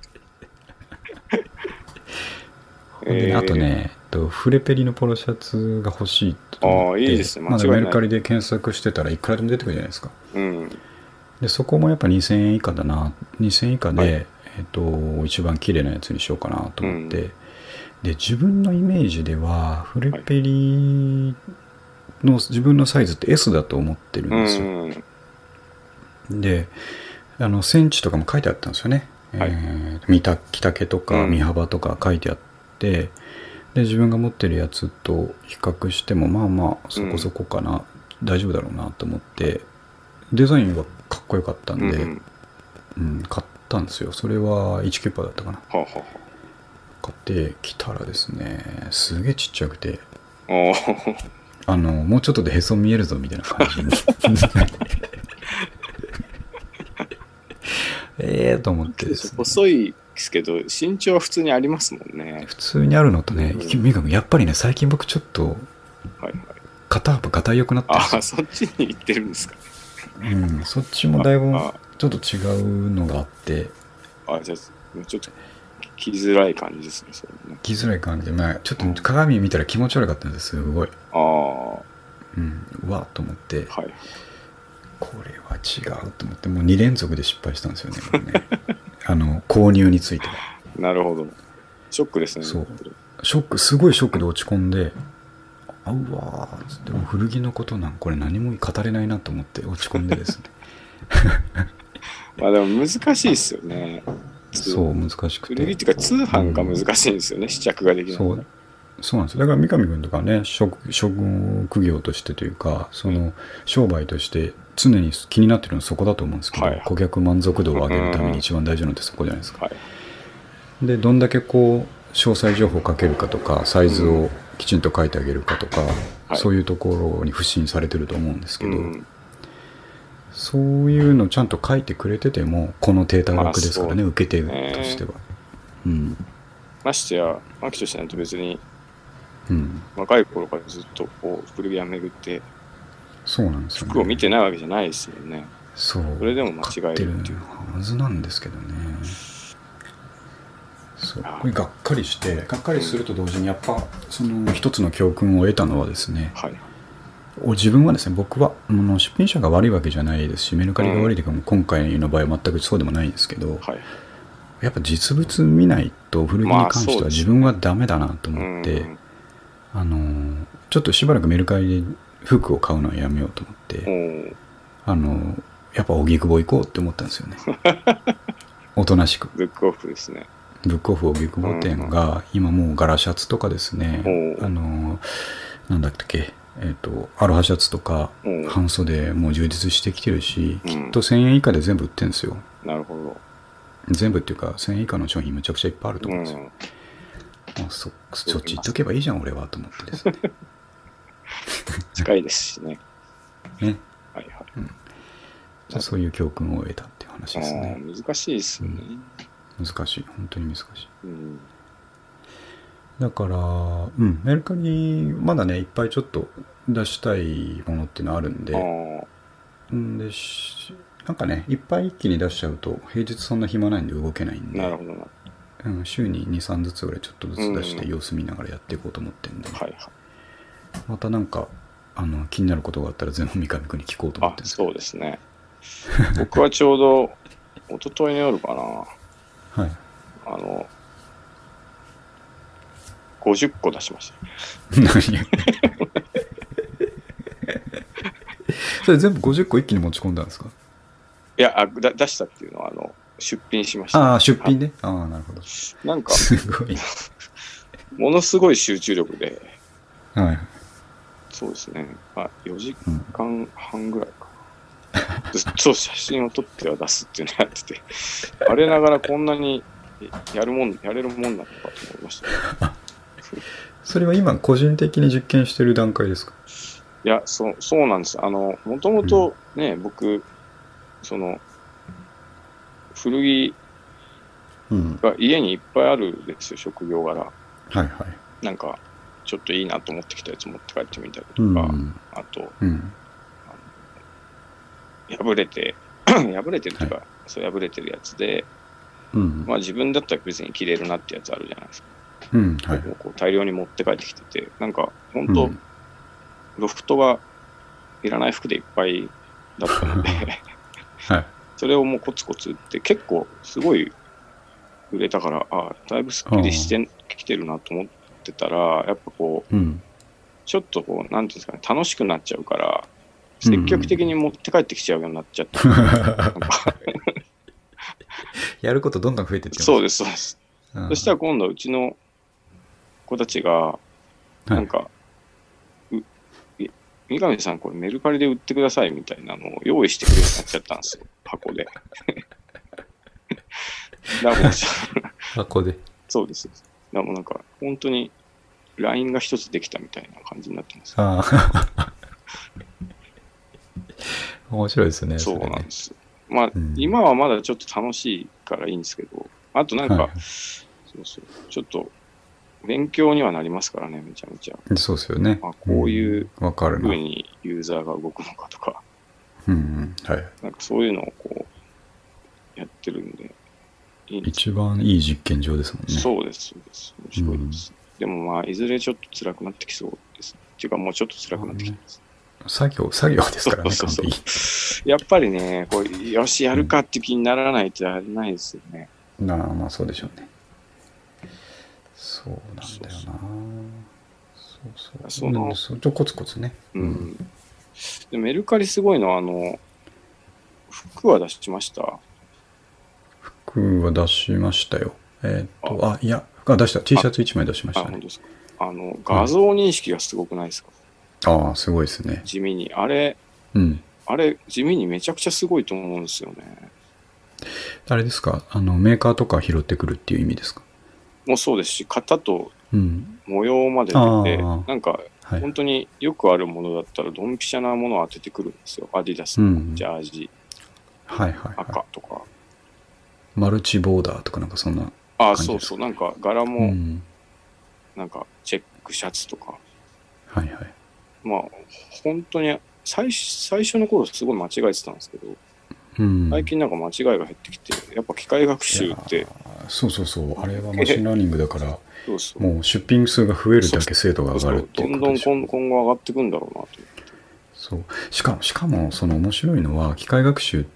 あとね、フレペリのポロシャツが欲しいと思って、 いいですね、 まだメルカリで検索してたらいくらでも出てくるじゃないですか。 うん、 でそこもやっぱ2000円以下だな、2000円以下で、はい、一番綺麗なやつにしようかなと思って、で自分のイメージではフレペリの自分のサイズって S だと思ってるんですよ。でセンチとかも書いてあったんですよね。はい、着丈とか身幅とか書いてあって、で自分が持ってるやつと比較してもまあまあそこそこかな、大丈夫だろうなと思って、デザインはかっこよかったんで、買ったんですよ。それは198だったかな。買ってきたらですね、すげえちっちゃくて、もうちょっとでへそ見えるぞみたいな感じにと思ってですね、 細いですけど身長は普通にありますもんね。 普通にあるのとね、やっぱりね、最近僕ちょっと肩幅がたいよくなってるんですよ。そっちに行ってるんですかね。そっちもだいぶちょっと違うのがあって、 じゃあちょっと着づらい感じですね。それね、 着づらい感じで、まあ、ちょっと鏡見たら気持ち悪かったんです、すごい。うわっと思って、はい、これは違うと思って、もう2連続で失敗したんですよね。購入については。 なるほど。ショックですね。 そう。すごいショックで落ち込んで、うわー、でも古着のことなんこれ何も語れないなと思って落ち込んでですね。 まあでも難しいですよね。 そう、難しくて。 古着っていうか通販が難しいんですよね、試着ができない。 そうなんですよ。だから三上君とかね、職業としてというか、その商売として常に気になってるのはそこだと思うんですけど、顧客満足度を上げるために一番大事なのってそこじゃないですか。で、どんだけこう詳細情報をかけるかとか、サイズをきちんと書いてあげるかとか、そういうところに不信されてると思うんですけど、そういうのちゃんと書いてくれててもこの低たらくですからね、受け手としては。 ましてや牧としてなんて別に、若い頃からずっとこう古着屋巡ってそうなんですよ、ね、 服を見てないわけじゃないですよね。それでも間違えるっていうはずなんですけどね。そう、これがっかりすると同時にやっぱその一つの教訓を得たのはですね、自分はですね、僕は出品者が悪いわけじゃないですし、メルカリが悪いというか、今回の場合は全くそうでもないんですけど、やっぱ実物見ないと古着に関しては自分はダメだなと思って、ちょっとしばらくメルカリで服を買うのはやめようと思って、やっぱ荻窪行こうって思ったんですよね。おとなしく。 ブックオフですね。 ブックオフ荻窪店が今もう柄シャツとかですね、なんだっけ、アロハシャツとか半袖もう充実してきてるし、きっと1000円以下で全部売ってるんですよ。 なるほど。 全部っていうか1000円以下の商品めちゃくちゃいっぱいあると思うんですよ。そっち行っとけばいいじゃん俺はと思ってですね。 近いですしね。 ね。そういう教訓を得たっていう話ですね。 難しいですよね。 難しい、本当に難しい。だから、メルカリまだねいっぱいちょっと出したいものっていうのあるんで、なんかねいっぱい一気に出しちゃうと平日そんな暇ないんで動けないんで、 なるほどな。 週に 2,3 ずつぐらいちょっとずつ出して様子見ながらやっていこうと思ってるんで、またなんか気になることがあったら全部三上君に聞こうと思ってるんですけど。 そうですね。僕はちょうど一昨日の夜かな、50個出しました。 何それ全部50個一気に持ち込んだんですか？ いいや出したっていうのは出品しました。 ああ、出品ね。ああ、なるほど。 なんか、 すごい。 ものすごい集中力で、 はい。 そうですね。4時間半ぐらいか。ずっと写真を撮っては出すっていうのをやってて、あれながらこんなにやれるもんなのかと思いました、ね。 それは今個人的に実験してる段階ですか？ いや、そうなんです。もともとね、僕、古着が家にいっぱいあるんですよ、職業柄。 はいはい。 なんか、ちょっといいなと思ってきたやつ持って帰ってみたりとか、あと、破れてるというか、そう破れてるやつで、まあ自分だったら別に着れるなってやつあるじゃないですか。こう大量に持って帰ってきてて、なんか本当、ロフトがいらない服でいっぱいだったので、はい、それをもうコツコツ売って結構すごい売れたから、だいぶスッキリしてきてるなと思ってたら、やっぱこう、ちょっとこう、なんていうんですかね、楽しくなっちゃうから、積極的に持って帰ってきちゃうようになっちゃった。 やることどんどん増えてってます。 そうです、そうです。そしたら今度うちの子たちが、なんか、三上さんこれメルカリで売ってくださいみたいなのを用意してくれるようになっちゃったんですよ、箱で。 箱で。 そうです。だからもうなんか、本当に LINE が一つできたみたいな感じになってます。 面白いですね。 そうなんです。まあ、今はまだちょっと楽しいからいいんですけど、あとなんか、ちょっと勉強にはなりますからね、めちゃめちゃ。 そうですよね。 こういうふうにユーザーが動くのかとか、なんかそういうのをこうやってるんで。 一番いい実験場ですもんね。 そうです、そうです。面白いです。でもまあ、いずれちょっと辛くなってきそうです。っていうか、もうちょっと辛くなってきてます。 作業ですからね、完璧に。 やっぱりね、こうよし、やるかって気にならないとやれないですよね。 まあ、そうでしょうね。そうなんだよな。そうコツコツね。 でメルカリすごいのは、服は出しました？ 服は出しましたよ。いや、出した。T シャツ1枚出しましたね。 本当ですか。画像認識がすごくないですか？ すごいですね。 地味に。あれ、地味にめちゃくちゃすごいと思うんですよね。 あれですか？メーカーとか拾ってくるっていう意味ですか？ もうそうですし、型と模様まで出て、なんか、本当によくあるものだったら、ドンピシャなものを当ててくるんですよ。アディダスのジャージ、赤とか。 マルチボーダーとかなんかそんな感じですか？そう、なんか柄も、なんかチェックシャツとか。まあ、本当に最初の頃すごい間違えてたんですけど、最近なんか間違いが減ってきて、やっぱ機械学習って。 あれはマシンラーニングだから、もう出品数が増えるだけ精度が上がるっていうことでしょ。 どんどん今後上がっていくんだろうなと思って。 そう。しかも、その面白いのは、機械学習って、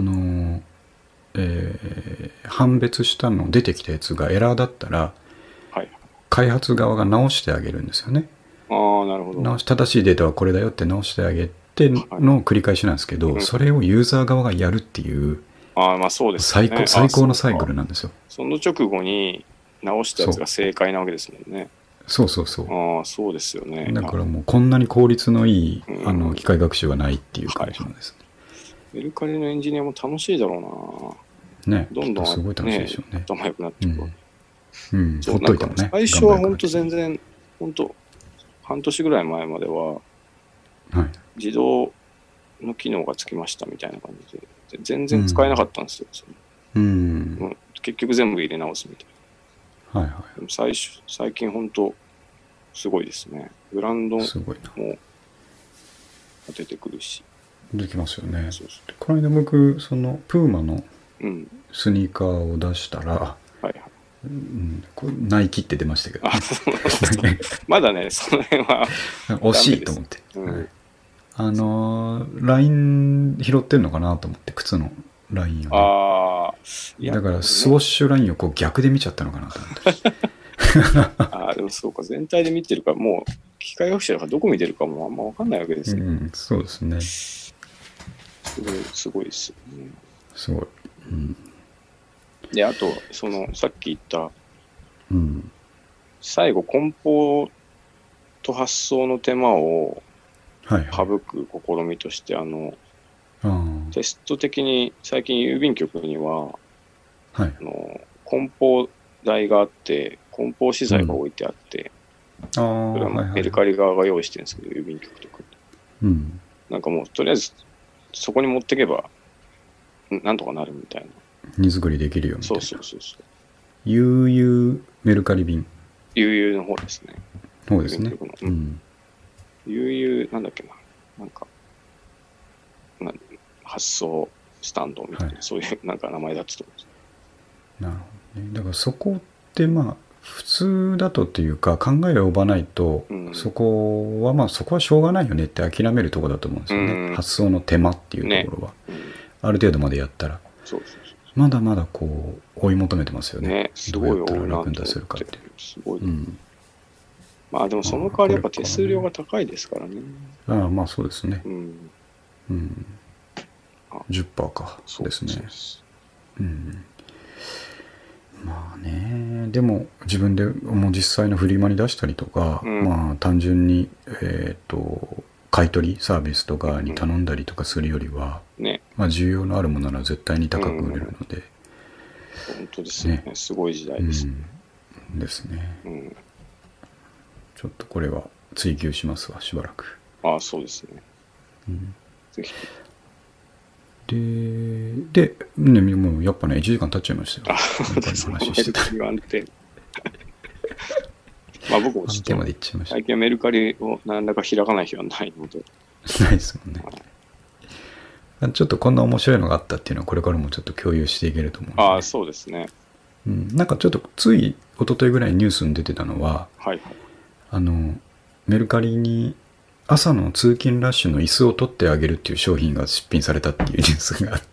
判別したの出てきたやつがエラーだったら、開発側が直してあげるんですよね。 なるほど。 正しいデータはこれだよって直してあげての繰り返しなんですけど、それをユーザー側がやるっていう、 そうですね。 最高のサイクルなんですよ。 その直後に直したやつが正解なわけですもんね。 そう。 そうですよね。 だからもうこんなに効率のいい機械学習はないっていう感じなんですね。 メルカリのエンジニアも楽しいだろうな。ね、どんどんすごい楽しいでしょうね。 頭良くなっていくわ。 ほっといてもね。 最初は本当全然、半年ぐらい前までは、自動の機能がつきましたみたいな感じで、全然使えなかったんですよ。結局全部入れ直すみたいな。でも最近本当すごいですね。ブランドも出てくるし。 できますよね。この間僕、そのプーマのスニーカーを出したら、これナイキって出ましたけど、 まだね、その辺は惜しいと思って、ライン拾ってんのかなと思って、靴のラインを、だからスウォッシュラインをこう逆で見ちゃったのかなと思って。 でもそうか、全体で見てるから、もう機械学習だからどこ見てるかもあんま分かんないわけですよ。 そうですね。 すごいですよね。 すごい。うん、 で、あと、さっき言った、 うん、 最後、梱包と発送の手間を省く試みとして、テスト的に最近郵便局には、 はい、 梱包台があって、梱包資材が置いてあって、それはメルカリ側が用意してるんですけど、郵便局とか。 うん、 なんかもう、とりあえず、そこに持ってけば、なんとかなるみたいな。 荷造りできるよみたいな。 そう。 悠々メルカリ便。 悠々の方ですね。 そうですね。 うん。悠々、なんだっけな。なんか、発送スタンドみたいな、はい、そういうなんか名前だったと思うんです。 なるほどね。だからそこって普通だとっていうか考えを追わないと、そこはそこはしょうがないよねって諦めるところだと思うんですよね。発想の手間っていうところは、ある程度までやったらまだまだこう追い求めてますよね。どうやったら楽に出せるかって。 すごい。まあでもその代わりやっぱ手数料が高いですからね。 そうですね。10% か。そうですね。まあね、でも自分でもう実際のフリマに出したりとか、単純に買い取りサービスとかに頼んだりとかするよりは、需要のあるものなら絶対に高く売れるので、 本当ですね。すごい時代ですね。 ですね。ちょっとこれは追求しますわ、しばらく。 そうですね。ぜひ。 で、もうやっぱね、1時間経っちゃいましたよ。話してた。 僕もちょっと最近はメルカリを何らか開かない日はないので。 ないですもんね。ちょっとこんな面白いのがあったっていうのはこれからもちょっと共有していけると思うんで、 そうですね。 なんかちょっとつい一昨日ぐらいにニュースに出てたのは、メルカリに朝の通勤ラッシュの椅子を取ってあげるっていう商品が出品されたっていうニュースがあって、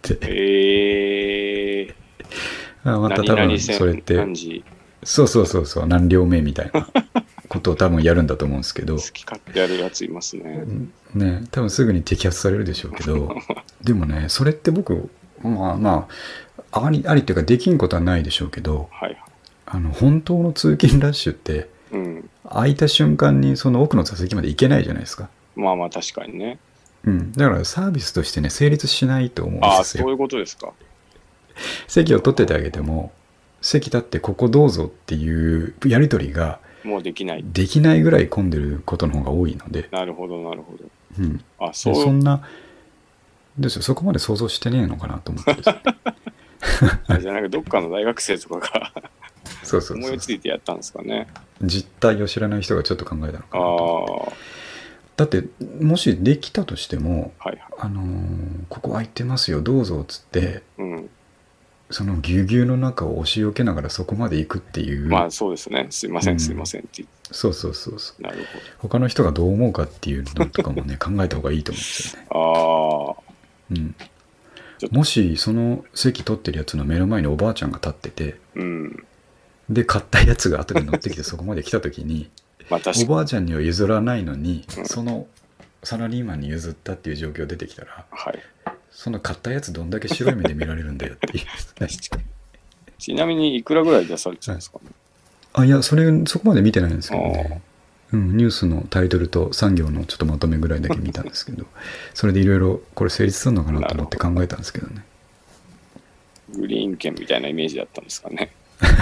また多分それってそう何両目みたいなことを多分やるんだと思うんですけど、 好き勝手やるやついますね。 多分すぐに摘発されるでしょうけどでもね、それって僕ありっていうかできんことはないでしょうけど、本当の通勤ラッシュって空いた瞬間にその奥の座席まで行けないじゃないですか。 確かにね。 だからサービスとしてね成立しないと思うんですよ。 そういうことですか。 席を取っててあげても、席立ってここどうぞっていうやり取りがもうできないぐらい混んでることの方が多いので。 なるほど。 そんなですよ。そこまで想像してねえのかなと思ってですねじゃあどっかの大学生とかが思いついてやったんですかね。 実態を知らない人がちょっと考えたのかなと。だってもしできたとしても、ここ空いてますよどうぞっつって、そのぎゅうぎゅうの中を押し寄けながらそこまで行くっていう。 そうですね。すいませんって言って。 そう。なるほど。他の人がどう思うかっていうのとかもね考えた方がいいと思うんですよね。もしその席取ってるやつの目の前におばあちゃんが立ってて、で買ったやつが後で乗ってきてそこまで来た時におばあちゃんには譲らないのに、そのサラリーマンに譲ったっていう状況出てきたら、その買ったやつどんだけ白い目で見られるんだよっていうちなみにいくらぐらい出されてたんですかね。 いやそこまで見てないんですけどね。ニュースのタイトルと産業のちょっとまとめぐらいだけ見たんですけどそれでいろいろこれ成立するのかなと思って考えたんですけどね。 グリーン券みたいなイメージだったんですかね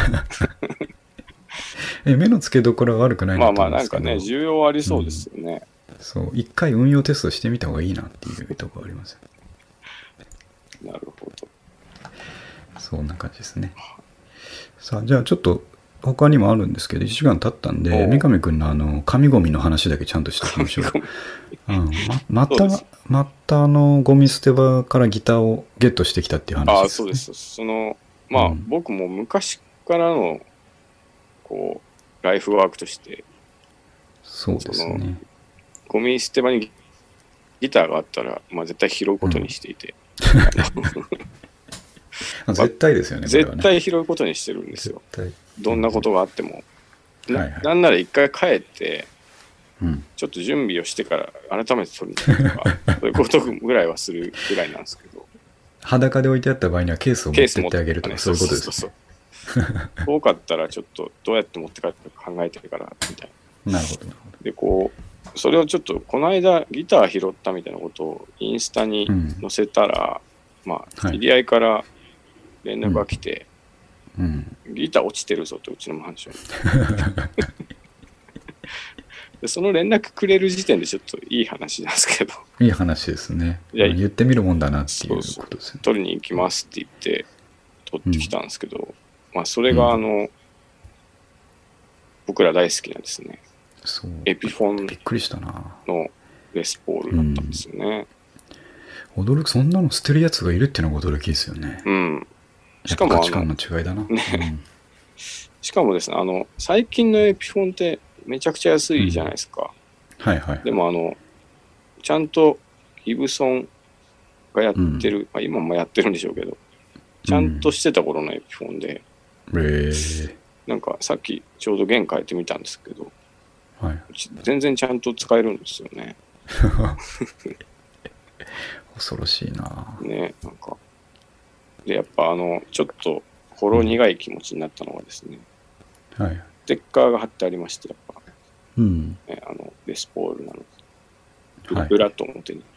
目の付けどころは悪くないなと思うんですけど、 なんかね需要ありそうですよね。 そう一回運用テストしてみた方がいいなっていうところがありますよ。なるほど。 そんな感じですね。さあじゃあちょっと他にもあるんですけど1時間経ったんで三上くんの紙ゴミの話だけちゃんとしておきましょう。またゴミ捨て場からギターをゲットしてきたっていう話ですね。 そうです。僕も昔からのこうライフワークとしてそうですね。 ゴミ捨て場にギターがあったら、絶対拾うことにしていて、 絶対ですよね。 絶対拾うことにしてるんですよ。どんなことがあっても。なんなら一回帰ってちょっと準備をしてから改めて取りに行くとか、そういうことぐらいはするぐらいなんですけど。 裸で置いてあった場合にはケースを持ってってあげるとか、そういうことですね。 そう多かったらちょっとどうやって持って帰ってか考えてるからみたいな。なるほどなるほど。 でこうそれをちょっとこの間ギター拾ったみたいなことをインスタに載せたら、まあ知り合いから連絡が来て、ギター落ちてるぞとうちのマンションでその連絡くれる時点でちょっといい話なんですけど、 いい話ですね。言ってみるもんだなっていうことですね。 取りに行きますって言って取ってきたんですけど、まあそれが僕ら大好きなですね、エピフォンびっくりしたなのレスポールだったんですよね。 驚く、そんなの捨てるやつがいるっていうのが驚きですよね。しかも価値観の違いだな。 しかもですね、最近のエピフォンってめちゃくちゃ安いじゃないですか。でもちゃんとギブソンがやってる、今もやってるんでしょうけど、ちゃんとしてた頃のエピフォンで、なんかさっきちょうど弦変えてみたんですけど、全然ちゃんと使えるんですよね。 恐ろしいな。 ね、なんか。で、やっぱちょっとほろ苦い気持ちになったのがですね、ステッカーが貼ってありまして、やっぱ、レスポールなの。裏と表に。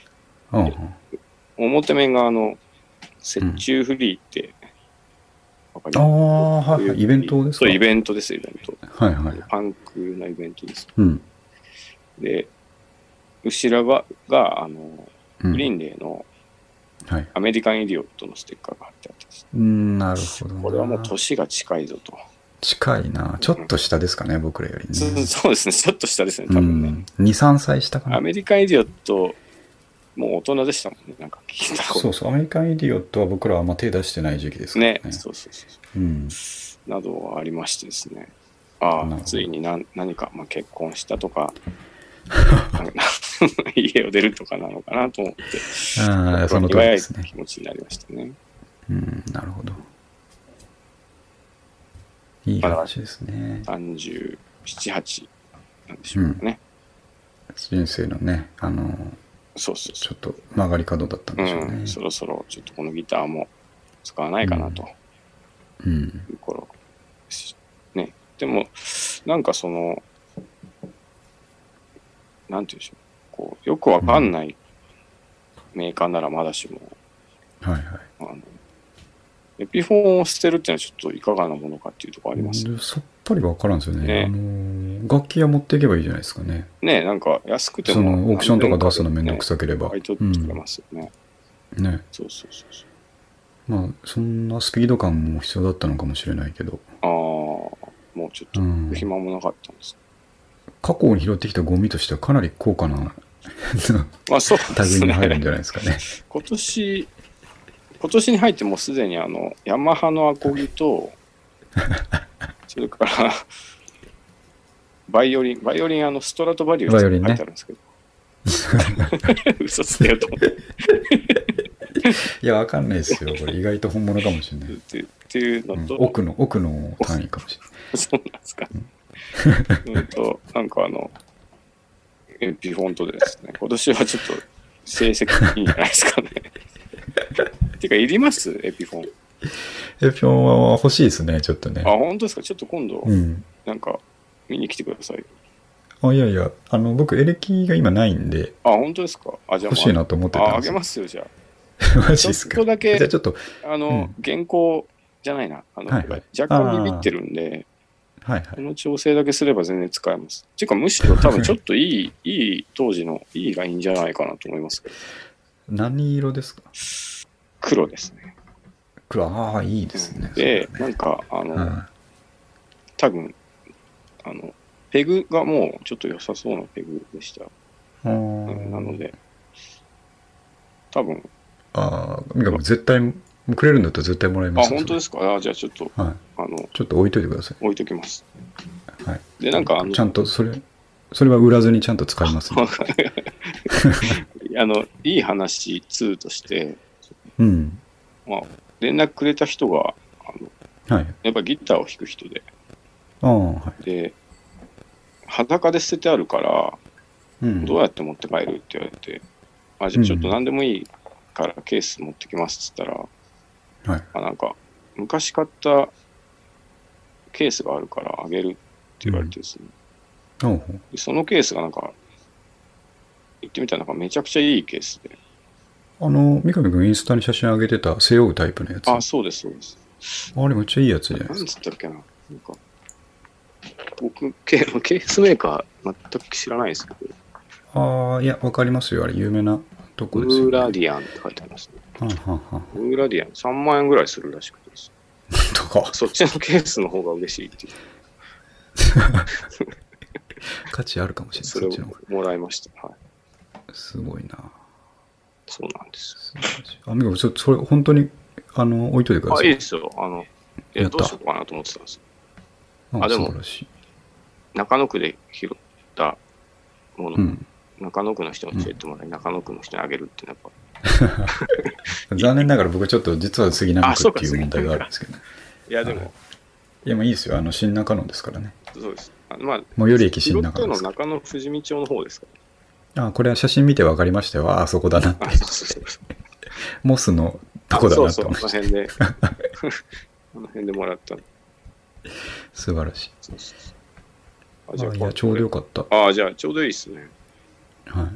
表面が折衷フリーって、わかります？ イベントですか？ そう、イベントです、イベント。パンクなイベントです。で、後ろがグリーンデーのアメリカンイディオットのステッカーが貼ってあってです。 なるほど。 これはもう年が近いぞと。 近いな。ちょっと下ですかね、僕らよりね。 そうですね、ちょっと下ですね、多分ね。 2、3歳下かな。 アメリカンイディオット、もう大人でしたもんね、なんか聞いたこと。 そう、アメリカンイディオットは僕らはあんま手出してない時期ですからね。 そう。などはありましてですね。ついに何か、結婚したとか、家を出るとかなのかなと思って、 その通りですね。 気持ちになりましたね。 なるほど。いい話ですね。 37、8なんでしょうかね。 人生のね、ちょっと曲がり角だったんでしょうね。 そろそろちょっとこのギターも使わないかなという頃ですね。でもなんかなんていうんでしょう、こうよくわかんないメーカーならまだしも、エピフォンを捨てるっていうのはちょっといかがなものかっていうところあります。 さっぱりわからんですよね。楽器は持っていけばいいじゃないですかね。 なんか安くてもオークションとか出すのめんどくさければ。 買い取ってくれますよね。そう。 まあそんなスピード感も必要だったのかもしれないけど。 もうちょっと暇もなかったんです。 過去に拾ってきたゴミとしてはかなり高価な類に入るんじゃないですかね。 今年に入ってもうすでにヤマハのアコギとそれからバイオリンストラトバリューって書いてあるんですけど、嘘つけよと思っていやわかんないですよ、これ意外と本物かもしれないっていうのと、 奥の単位かもしれない。 そうなんですか。なんかエピフォントでですね、今年はちょっと成績いいんじゃないですかね。てか、いりますエピフォン。 エピフォンは欲しいですね、ちょっとね。 本当ですか。ちょっと今度、なんか、見に来てください。 いやいや、僕、エレキが今ないんで。 本当ですか。じゃあ欲しいなと思ってたんですよ。 あげますよ、じゃあ。マジですか。 ちょっとだけ、 じゃあちょっと、 原稿じゃないな。若干ビビってるんで、この調整だけすれば全然使えます。っていうか、むしろ多分ちょっと当時のいいラインじゃないかなと思いますけど。 何色ですか？ 黒ですね。 黒、いいですね。 で、なんか、多分、ペグがもうちょっと良さそうなペグでした。なので、多分。 絶対、くれるんだったら絶対もらいます。 本当ですか。じゃあちょっと、 ちょっと置いといてください。 置いときます。で、なんかちゃんとそれは売らずにちゃんと使いますね。 いい話2として、 連絡くれた人がやっぱギターを弾く人で、で裸で捨ててあるから、どうやって持って帰るって言われて、じゃあちょっと何でもいいからケース持ってきますって言ったら、なんか昔買ったケースがあるからあげるって言われてですね、でそのケースがなんか言ってみたらなんかめちゃくちゃいいケースで、 三上君インスタに写真上げてた背負うタイプのやつ。 そうですそうです。 あれめっちゃいいやつじゃないですか。 何つったっけな、なんか僕ケースメーカー全く知らないですけど。いやわかりますよ、あれ有名なとこですよ、ね。 ウーラディアンって書いてありますね。ウーラディアン3万円ぐらいするらしくてです。そっちのケースの方が嬉しいっていう。 価値あるかもしれない。 それをもらいました。はい。 すごいな。 そうなんです。 それ本当に置いといてください。 いいですよ。どうしようかなと思ってたんです。でも中野区で拾ったもの、中野区の人に教えてもらい、中野区の人にあげるってやっぱ残念ながら僕ちょっと実は杉並区っていう問題があるんですけどね。 いやでもいやまあいいですよ、新中野ですからね。 そうです。 最寄り駅新中野です。の中野富士見町の方ですか。 これは写真見て分かりましたよ。そこだなって。モスのとこだなと思いました。 そうこの辺でもらったの。 素晴らしい。いやちょうどよかった。 じゃあちょうどいいですね。 はい。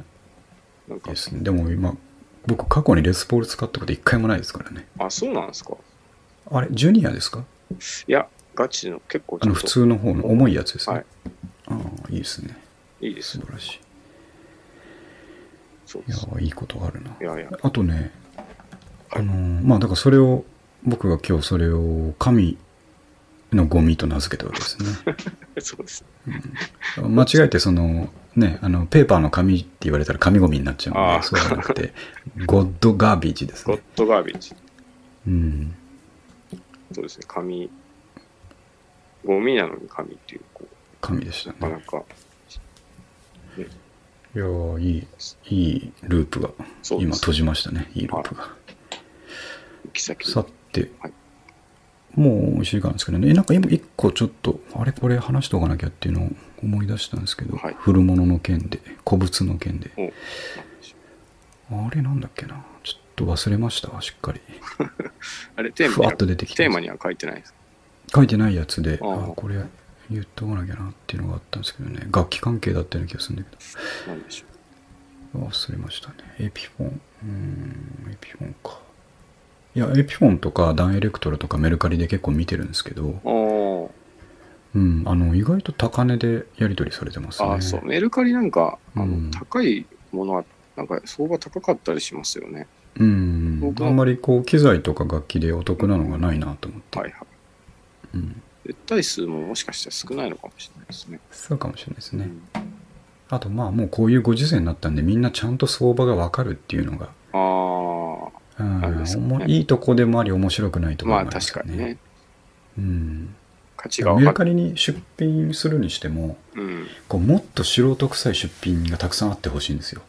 なんかですね。でも今僕過去にレスポール使ったこと一回もないですからね。 そうなんですか。 あれジュニアですか。 いやガチの結構普通の方の重いやつですね。いいですね。 いいです。 素晴らしい。 そうです。 いいことがあるな。 いやあとね、だからそれを僕が今日それを神のゴミと名付けたわけですね。 そうです。 間違えてペーパーの紙って言われたら紙ゴミになっちゃうので、そうじゃなくてゴッドガービージですね。 ゴッドガービージ。そうですね。紙ゴミなのに紙っていう紙でしたね。 なかなか。 いやいいループが今閉じましたね。いいループが。さて、もう1時間ですけどね。なんか今1個ちょっとこれ話しておかなきゃっていうのを思い出したんですけど、古物の件で、古物の件で。あれなんだっけな。ちょっと忘れましたわ、しっかり。 あれテーマには書いてないですか。 書いてないやつで、これ言っとかなきゃなっていうのがあったんですけどね。楽器関係だったような気がするんだけど。 何でしょう。忘れましたね。エピフォン。エピフォンか。いや、エピフォンとかダンエレクトロとかメルカリで結構見てるんですけど、意外と高値でやり取りされてますね。 そう。メルカリなんか、高いものは、なんか相場高かったりしますよね。 あんまり機材とか楽器でお得なのがないなと思って。絶対数ももしかしたら少ないのかもしれないですね。 そうかもしれないですね。あともうこういうご時世になったんでみんなちゃんと相場が分かるっていうのがいいとこでもあり面白くないところもあります確かにね。 価値がメルカリに出品するにしても、もっと素人臭い出品がたくさんあってほしいんですよ。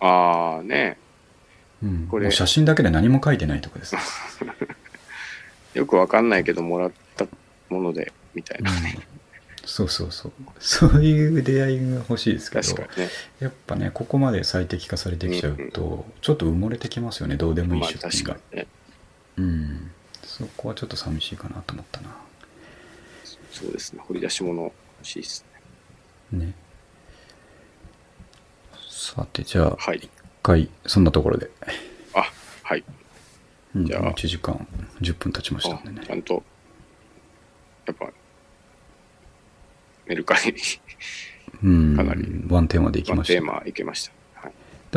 これ写真だけで何も書いてないとかです。 よくわかんないけどもらったものでみたいなね。 そういう出会いが欲しいですけど、やっぱねここまで最適化されてきちゃうと、ちょっと埋もれてきますよね。どうでもいい出品が。そこはちょっと寂しいかなと思ったな。 そうですね。掘り出し物欲しいですね。さてじゃあ一回そんなところで。 はい。 じゃあ1時間10分経ちましたんでね。 ちゃんとやっぱメルカリかなりワンテーマでいきました。 ワンテーマいけました。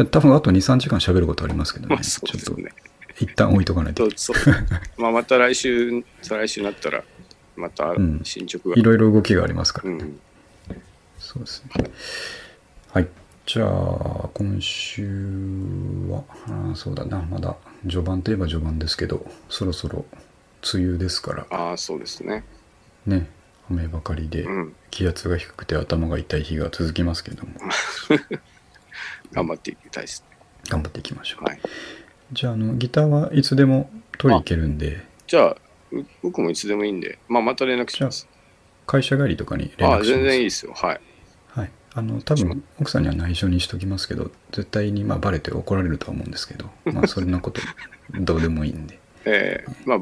多分あと 2,3 時間喋ることありますけどね。 そうですね。 一旦置いとかないと。 また来週再来週になったらまた進捗が、 いろいろ動きがありますからね。そうですね。はい。じゃあ今週はそうだな、まだ序盤といえば序盤ですけど、そろそろ梅雨ですから。 そうですね。 ね、雨ばかりで気圧が低くて頭が痛い日が続きますけども頑張っていきたいですね。 頑張っていきましょう。じゃあギターはいつでも取り行けるんで。 じゃあ僕もいつでもいいんで、また連絡します。 会社帰りとかに連絡します。 全然いいですよ。はい。 多分奥さんには内緒にしときますけど、絶対にバレて怒られるとは思うんですけど、そんなことどうでもいいんで。 はい、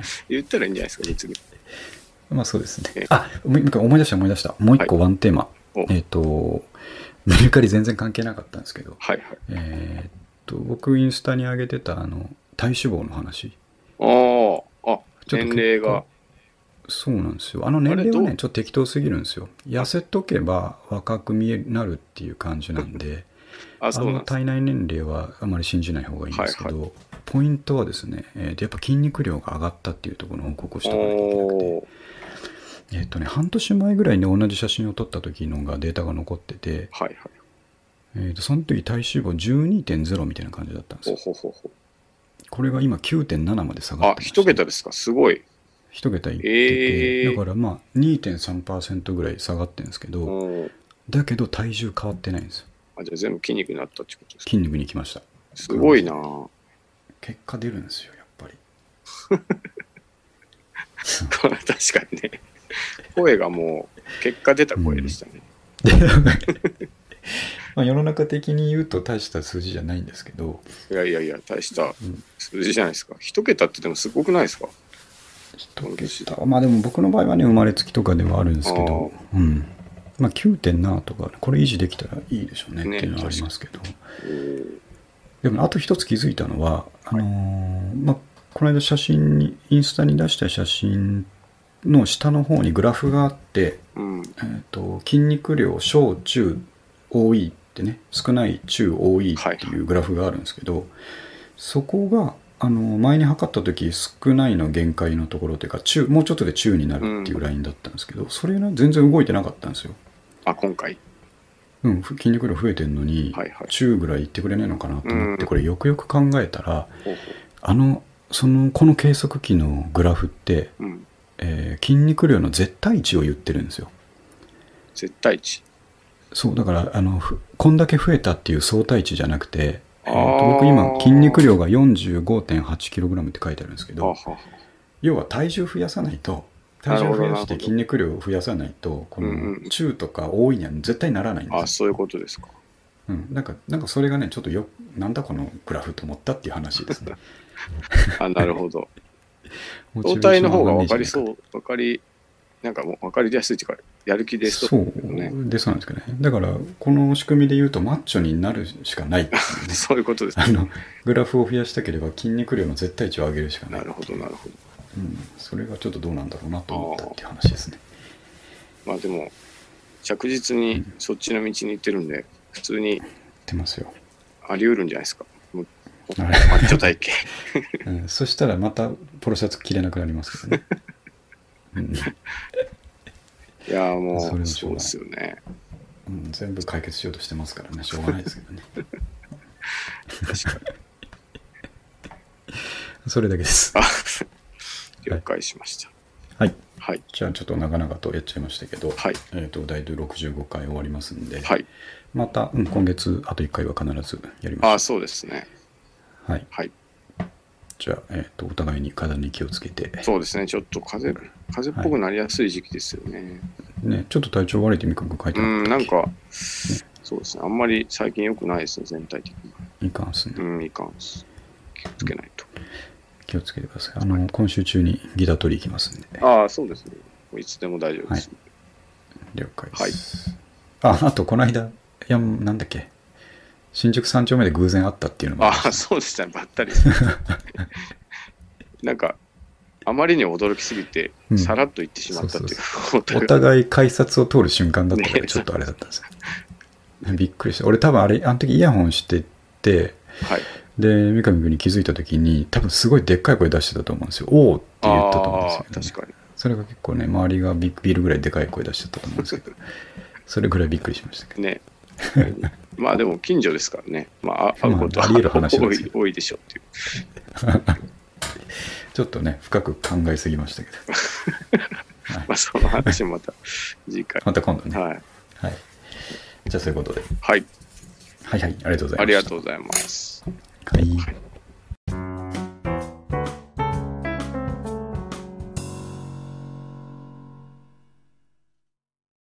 言ったらいいんじゃないですか、別に。 そうですね。思い出した。もう一個ワンテーマ。メルカリ全然関係なかったんですけど、 はいはい。 僕インスタに上げてた体脂肪の話。 年齢が。 そうなんですよ。年齢はね、ちょっと適当すぎるんですよ。痩せとけば若くなるっていう感じなんで、体内年齢はあまり信じない方がいいんですけど、ポイントはですね、やっぱ筋肉量が上がったっていうところの報告をしておかなきゃいけなくて、半年前ぐらいに同じ写真を撮った時のがデータが残ってて、その時体脂肪 12.0 みたいな感じだったんですよ。これが今 9.7 まで下がってまして。 1桁ですか、すごい。 1桁いってて、だから 2.3% ぐらい下がってるんですけど、だけど体重変わってないんですよ。 じゃあ全部筋肉になったってことですか。 筋肉にきました。 すごいな。 結果出るんですよ、やっぱり。 確かにね。声がもう結果出た声でしたね。 世の中的に言うと大した数字じゃないんですけど。 いや大した数字じゃないですか。1桁ってでもすごくないですか。 1桁。でも僕の場合はね、生まれつきとかではあるんですけど、9.7 とか、これ維持できたらいいでしょうねっていうのはありますけど。でもあと一つ気づいたのは、この間インスタに出した写真の下の方にグラフがあって、筋肉量小中多いってね、少ない中多いっていうグラフがあるんですけど、そこが前に測った時少ないの限界のところというか、もうちょっとで中になるっていうラインだったんですけど、それが全然動いてなかったんですよ。 今回筋肉量増えてるのに、中ぐらいいってくれないのかなと思って、これよくよく考えたら、この計測器のグラフって、筋肉量の絶対値を言ってるんですよ。 絶対値。 そうだからこんだけ増えたっていう相対値じゃなくて、僕今筋肉量が 45.8kg って書いてあるんですけど、要は体重増やさないと、体重増やして筋肉量を増やさないと、この中とか多いには絶対ならないんですよ。 そういうことですか。 なんかそれがね、ちょっとなんだこのグラフと思ったっていう話ですね。 なるほど。相対の方が分かりそう、なんかもう分かりやすいというか、やる気でそうなんですかね。だからこの仕組みで言うとマッチョになるしかないっていう、ね、 そういうことです、 グラフを増やしたければ筋肉量の絶対値を上げるしかない。 なるほど。 それがちょっとどうなんだろうなと思ったっていう話ですね。 でも着実にそっちの道に行ってるんで、普通に出ますよ。 あり得るんじゃないですか。マッチョ体型。 そしたらまたポロシャツ着れなくなりますけどね。 いやもうそうですよね。 全部解決しようとしてますからね、しょうがないですけどね。 確かに。 それだけです。 了解しました。 はい。じゃあちょっと長々とやっちゃいましたけど、第65回終わりますんで、また、今月あと1回は必ずやります。 そうですね。はい。 じゃあ、お互いに体に気をつけて。 そうですね。ちょっと風邪っぽくなりやすい時期ですよね。 ちょっと体調悪いってみかん書いてあったっけ。 なんか、そうですね。あんまり最近良くないですね、全体的に。 いかんすね。 いかんす。気をつけないと。 気をつけてください。今週中にギター取り行きますんで。 そうですね。いつでも大丈夫です。 了解です。あとこの間、なんだっけ。新宿3丁目で偶然会ったっていうのもそうでしたね、ばったり。なんか、あまりに驚きすぎて、さらっと言ってしまったっていう。 お互い改札を通る瞬間だったから、ちょっとあれだったんですよ。びっくりした。俺多分あの時イヤホンしてて、で、三上君に気づいた時に、多分すごいでっかい声出してたと思うんですよ。おーって言ったと思うんですよ、ね。 確かに。 それが結構ね、周りがビールぐらいでかい声出してたと思うんですけど、それぐらいびっくりしましたけど。 ね。でも近所ですからね。会うことは多いでしょうっていう。 ちょっとね、深く考えすぎましたけど。その話もまた次回。 また今度ね。はい。じゃあそういうことで。 はい。 ありがとうございます。 ありがとうございます。 はい。